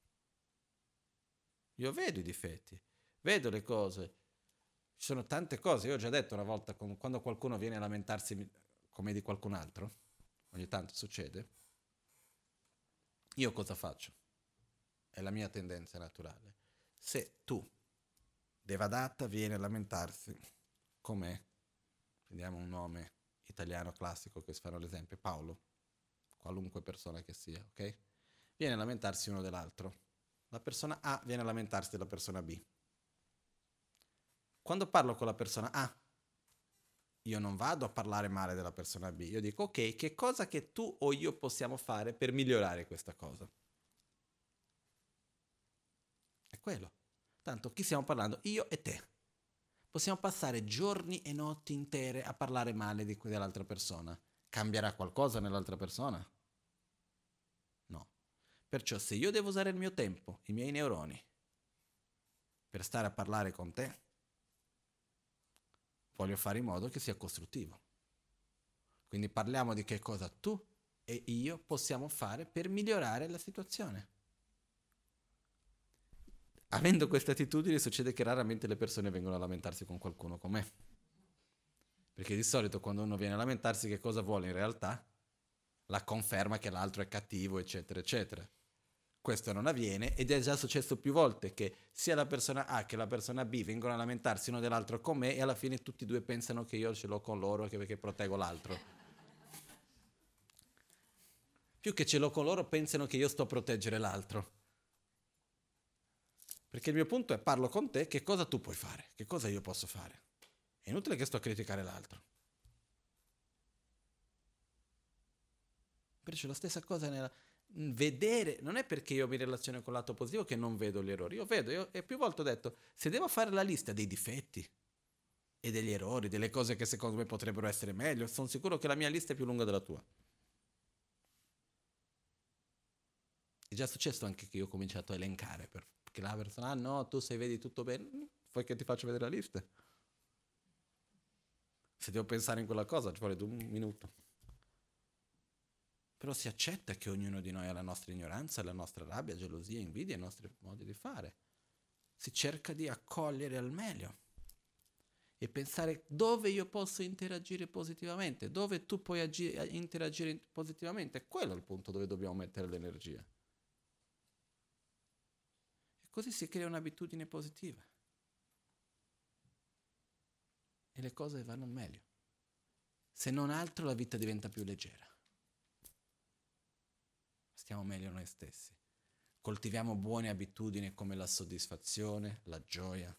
Io vedo i difetti, vedo le cose. Ci sono tante cose. Io ho già detto una volta, quando qualcuno viene a lamentarsi come di qualcun altro, ogni tanto succede, io cosa faccio? È la mia tendenza naturale. Se tu, Devadatta, viene a lamentarsi come, prendiamo un nome italiano classico che si fanno l'esempio, Paolo, qualunque persona che sia, ok? Viene a lamentarsi uno dell'altro. La persona A viene a lamentarsi della persona B. Quando parlo con la persona A, io non vado a parlare male della persona B, io dico ok, che cosa che tu o io possiamo fare per migliorare questa cosa? È quello. Tanto chi stiamo parlando? Io e te. Possiamo passare giorni e notti intere a parlare male dell'altra persona. Cambierà qualcosa nell'altra persona? No. Perciò se io devo usare il mio tempo, i miei neuroni, per stare a parlare con te, voglio fare in modo che sia costruttivo. Quindi parliamo di che cosa tu e io possiamo fare per migliorare la situazione. Avendo queste attitudini succede che raramente le persone vengono a lamentarsi con qualcuno come me. Perché di solito quando uno viene a lamentarsi che cosa vuole in realtà? La conferma che l'altro è cattivo, eccetera, eccetera. Questo non avviene ed è già successo più volte che sia la persona A che la persona B vengono a lamentarsi uno dell'altro con me e alla fine tutti e due pensano che io ce l'ho con loro perché proteggo l'altro. Più che ce l'ho con loro pensano che io sto a proteggere l'altro. Perché il mio punto è parlo con te, che cosa tu puoi fare? Che cosa io posso fare? È inutile che sto a criticare l'altro. Perciò la stessa cosa nella vedere, non è perché io mi relaziono con l'atto positivo che non vedo gli errori, io vedo, e più volte ho detto, se devo fare la lista dei difetti e degli errori, delle cose che secondo me potrebbero essere meglio, sono sicuro che la mia lista è più lunga della tua. È già successo anche che io ho cominciato a elencare, perché la persona, ah no, tu se vedi tutto bene, poi che ti faccio vedere la lista. Se devo pensare in quella cosa ci vuole un minuto. Però si accetta che ognuno di noi ha la nostra ignoranza, la nostra rabbia, gelosia, invidia, i nostri modi di fare. Si cerca di accogliere al meglio e pensare dove io posso interagire positivamente, dove tu puoi interagire positivamente. Quello è il punto dove dobbiamo mettere l'energia. E così si crea un'abitudine positiva. E le cose vanno meglio. Se non altro la vita diventa più leggera. Stiamo meglio noi stessi. Coltiviamo buone abitudini come la soddisfazione, la gioia.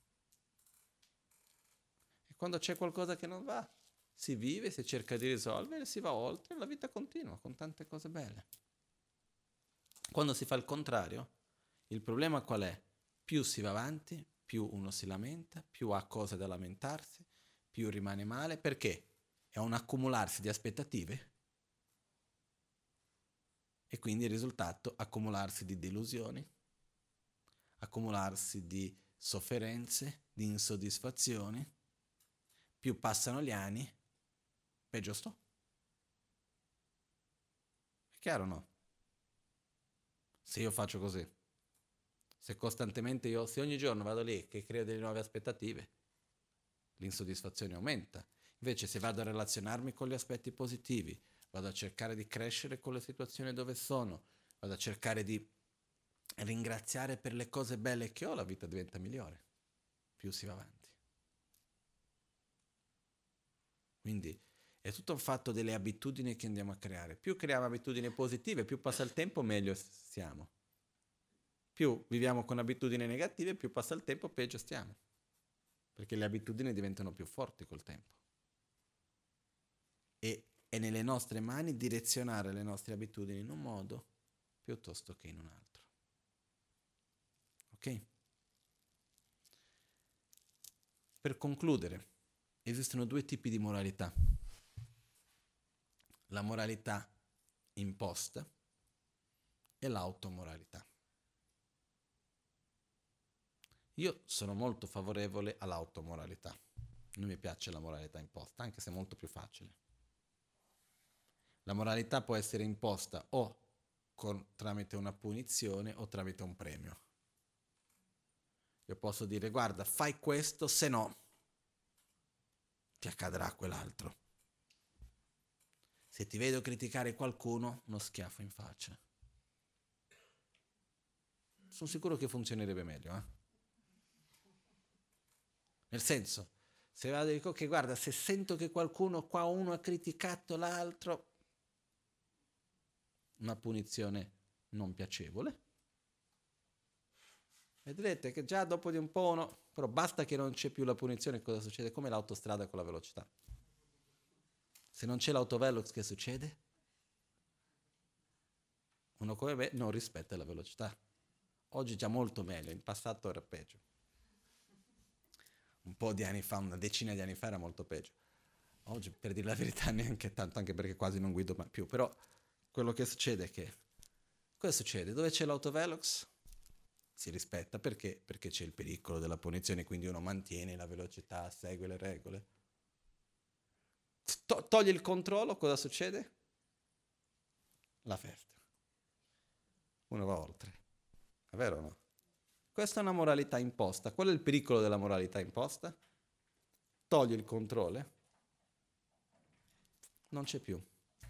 E quando c'è qualcosa che non va, si vive, si cerca di risolvere, si va oltre e la vita continua con tante cose belle. Quando si fa il contrario, il problema qual è? Più si va avanti, più uno si lamenta, più ha cose da lamentarsi, più rimane male. Perché? È un accumularsi di aspettative e quindi il risultato accumularsi di delusioni, accumularsi di sofferenze, di insoddisfazioni. Più passano gli anni, peggio sto. È chiaro o no? Se io faccio così, se costantemente se ogni giorno vado lì che creo delle nuove aspettative, l'insoddisfazione aumenta. Invece se vado a relazionarmi con gli aspetti positivi, vado a cercare di crescere con le situazioni dove sono, vado a cercare di ringraziare per le cose belle che ho, la vita diventa migliore, più si va avanti. Quindi è tutto un fatto delle abitudini che andiamo a creare. Più creiamo abitudini positive, più passa il tempo, meglio stiamo. Più viviamo con abitudini negative, più passa il tempo, peggio stiamo. Perché le abitudini diventano più forti col tempo. E è nelle nostre mani direzionare le nostre abitudini in un modo piuttosto che in un altro. Ok? Per concludere, esistono due tipi di moralità. La moralità imposta e l'automoralità. Io sono molto favorevole all'automoralità. Non mi piace la moralità imposta, anche se è molto più facile. La moralità può essere imposta o tramite una punizione o tramite un premio. Io posso dire, guarda, fai questo, se no ti accadrà quell'altro. Se ti vedo criticare qualcuno, uno schiaffo in faccia. Sono sicuro che funzionerebbe meglio, Nel senso, se vado e dico, ok, guarda, se sento che qualcuno qua, uno ha criticato l'altro, una punizione non piacevole. Vedrete che già dopo di un po' uno, però basta che non c'è più la punizione, cosa succede? Come l'autostrada con la velocità. Se non c'è l'autovelox, che succede? Uno come me non rispetta la velocità. Oggi già molto meglio, in passato era peggio. Un po' di anni fa, una decina di anni fa era molto peggio. Oggi, per dire la verità, neanche tanto, anche perché quasi non guido più. Però quello che succede è che... Cosa succede? Dove c'è l'autovelox? Si rispetta. Perché? Perché c'è il pericolo della punizione, quindi uno mantiene la velocità, segue le regole. Toglie il controllo, cosa succede? la festa. Uno va oltre. È vero o no? Questa è una moralità imposta. Qual è il pericolo della moralità imposta? Togli il controllo, non c'è più.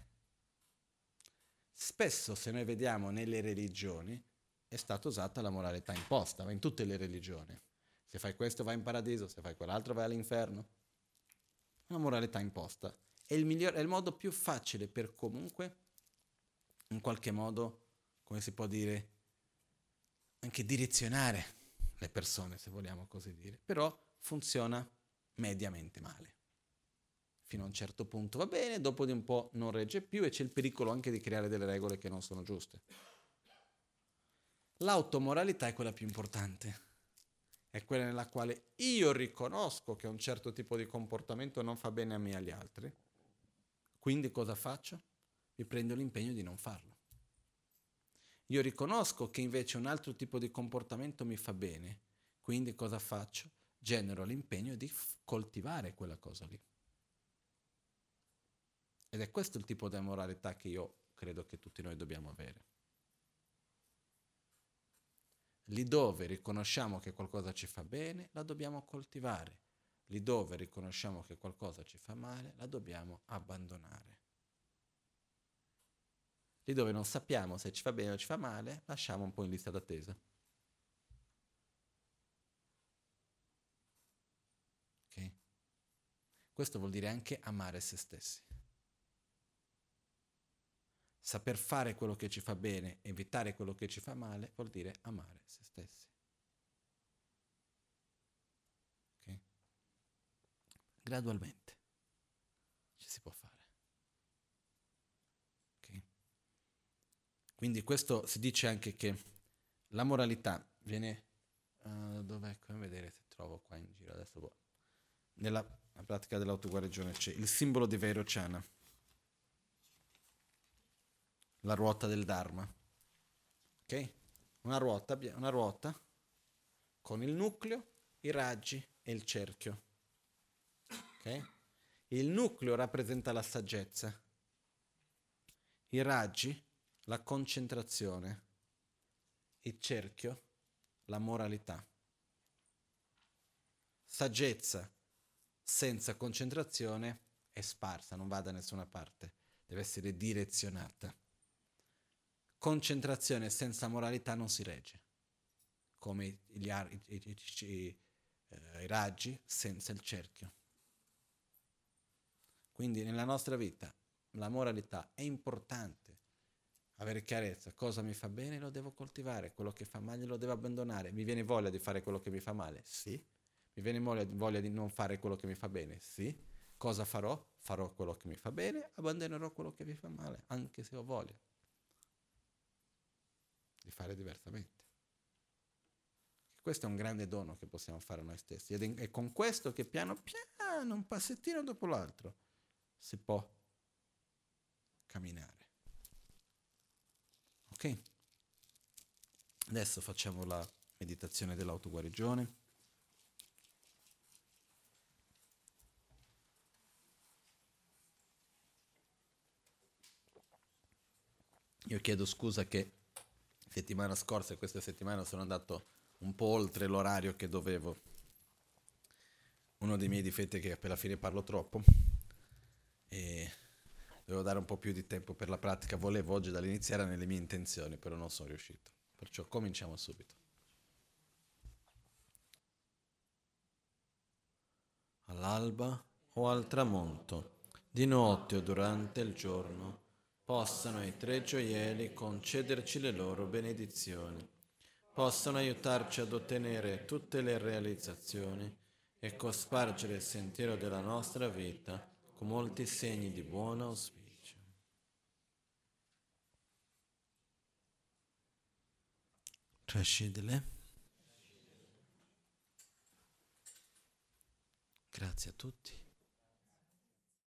Spesso, se noi vediamo nelle religioni, è stata usata la moralità imposta, ma in tutte le religioni. Se fai questo vai in paradiso, se fai quell'altro vai all'inferno. Una moralità imposta. È il modo più facile per comunque, in qualche modo, come si può dire, anche direzionare le persone, se vogliamo così dire. Però funziona mediamente male. Fino a un certo punto va bene, dopo di un po' non regge più e c'è il pericolo anche di creare delle regole che non sono giuste. L'automoralità è quella più importante. È quella nella quale io riconosco che un certo tipo di comportamento non fa bene a me e agli altri. Quindi cosa faccio? Mi prendo l'impegno di non farlo. Io riconosco che invece un altro tipo di comportamento mi fa bene. Quindi cosa faccio? Genero l'impegno di coltivare quella cosa lì. Ed è questo il tipo di moralità che io credo che tutti noi dobbiamo avere. Lì dove riconosciamo che qualcosa ci fa bene, la dobbiamo coltivare. Lì dove riconosciamo che qualcosa ci fa male, la dobbiamo abbandonare. Lì dove non sappiamo se ci fa bene o ci fa male, lasciamo un po' in lista d'attesa. Ok? Questo vuol dire anche amare se stessi. Saper fare quello che ci fa bene, evitare quello che ci fa male, vuol dire amare se stessi. Ok? Gradualmente ci si può fare. Ok? Quindi questo si dice anche che la moralità viene... dov'è? Come vedere se trovo qua in giro adesso. Nella pratica dell'autoguarigione c'è il simbolo di Vairocana, la ruota del Dharma. Ok? Una ruota con il nucleo, i raggi e il cerchio. Ok? Il nucleo rappresenta la saggezza, i raggi la concentrazione, il cerchio la moralità. Saggezza senza concentrazione è sparsa, non va da nessuna parte, deve essere direzionata. Concentrazione senza moralità non si regge, come i raggi senza il cerchio. Quindi nella nostra vita la moralità è importante. Avere chiarezza, cosa mi fa bene lo devo coltivare, quello che fa male lo devo abbandonare. Mi viene voglia di fare quello che mi fa male? Sì. Mi viene voglia di non fare quello che mi fa bene? Sì. Cosa farò? Farò quello che mi fa bene, abbandonerò quello che mi fa male, anche se ho voglia di fare diversamente. Questo è un grande dono che possiamo fare a noi stessi ed è con questo che piano piano, un passettino dopo l'altro, si può camminare. Ok? Adesso facciamo la meditazione dell'autoguarigione. Io chiedo scusa che settimana scorsa e questa settimana sono andato un po' oltre l'orario che dovevo. Uno dei miei difetti è che per la fine parlo troppo e dovevo dare un po' più di tempo per la pratica. Volevo oggi dall'inizio, era nelle mie intenzioni, però non sono riuscito. Perciò cominciamo subito. All'alba o al tramonto, di notte o durante il giorno, possano i tre gioielli concederci le loro benedizioni, possano aiutarci ad ottenere tutte le realizzazioni e cospargere il sentiero della nostra vita con molti segni di buon auspicio. Trascidile. Grazie a tutti.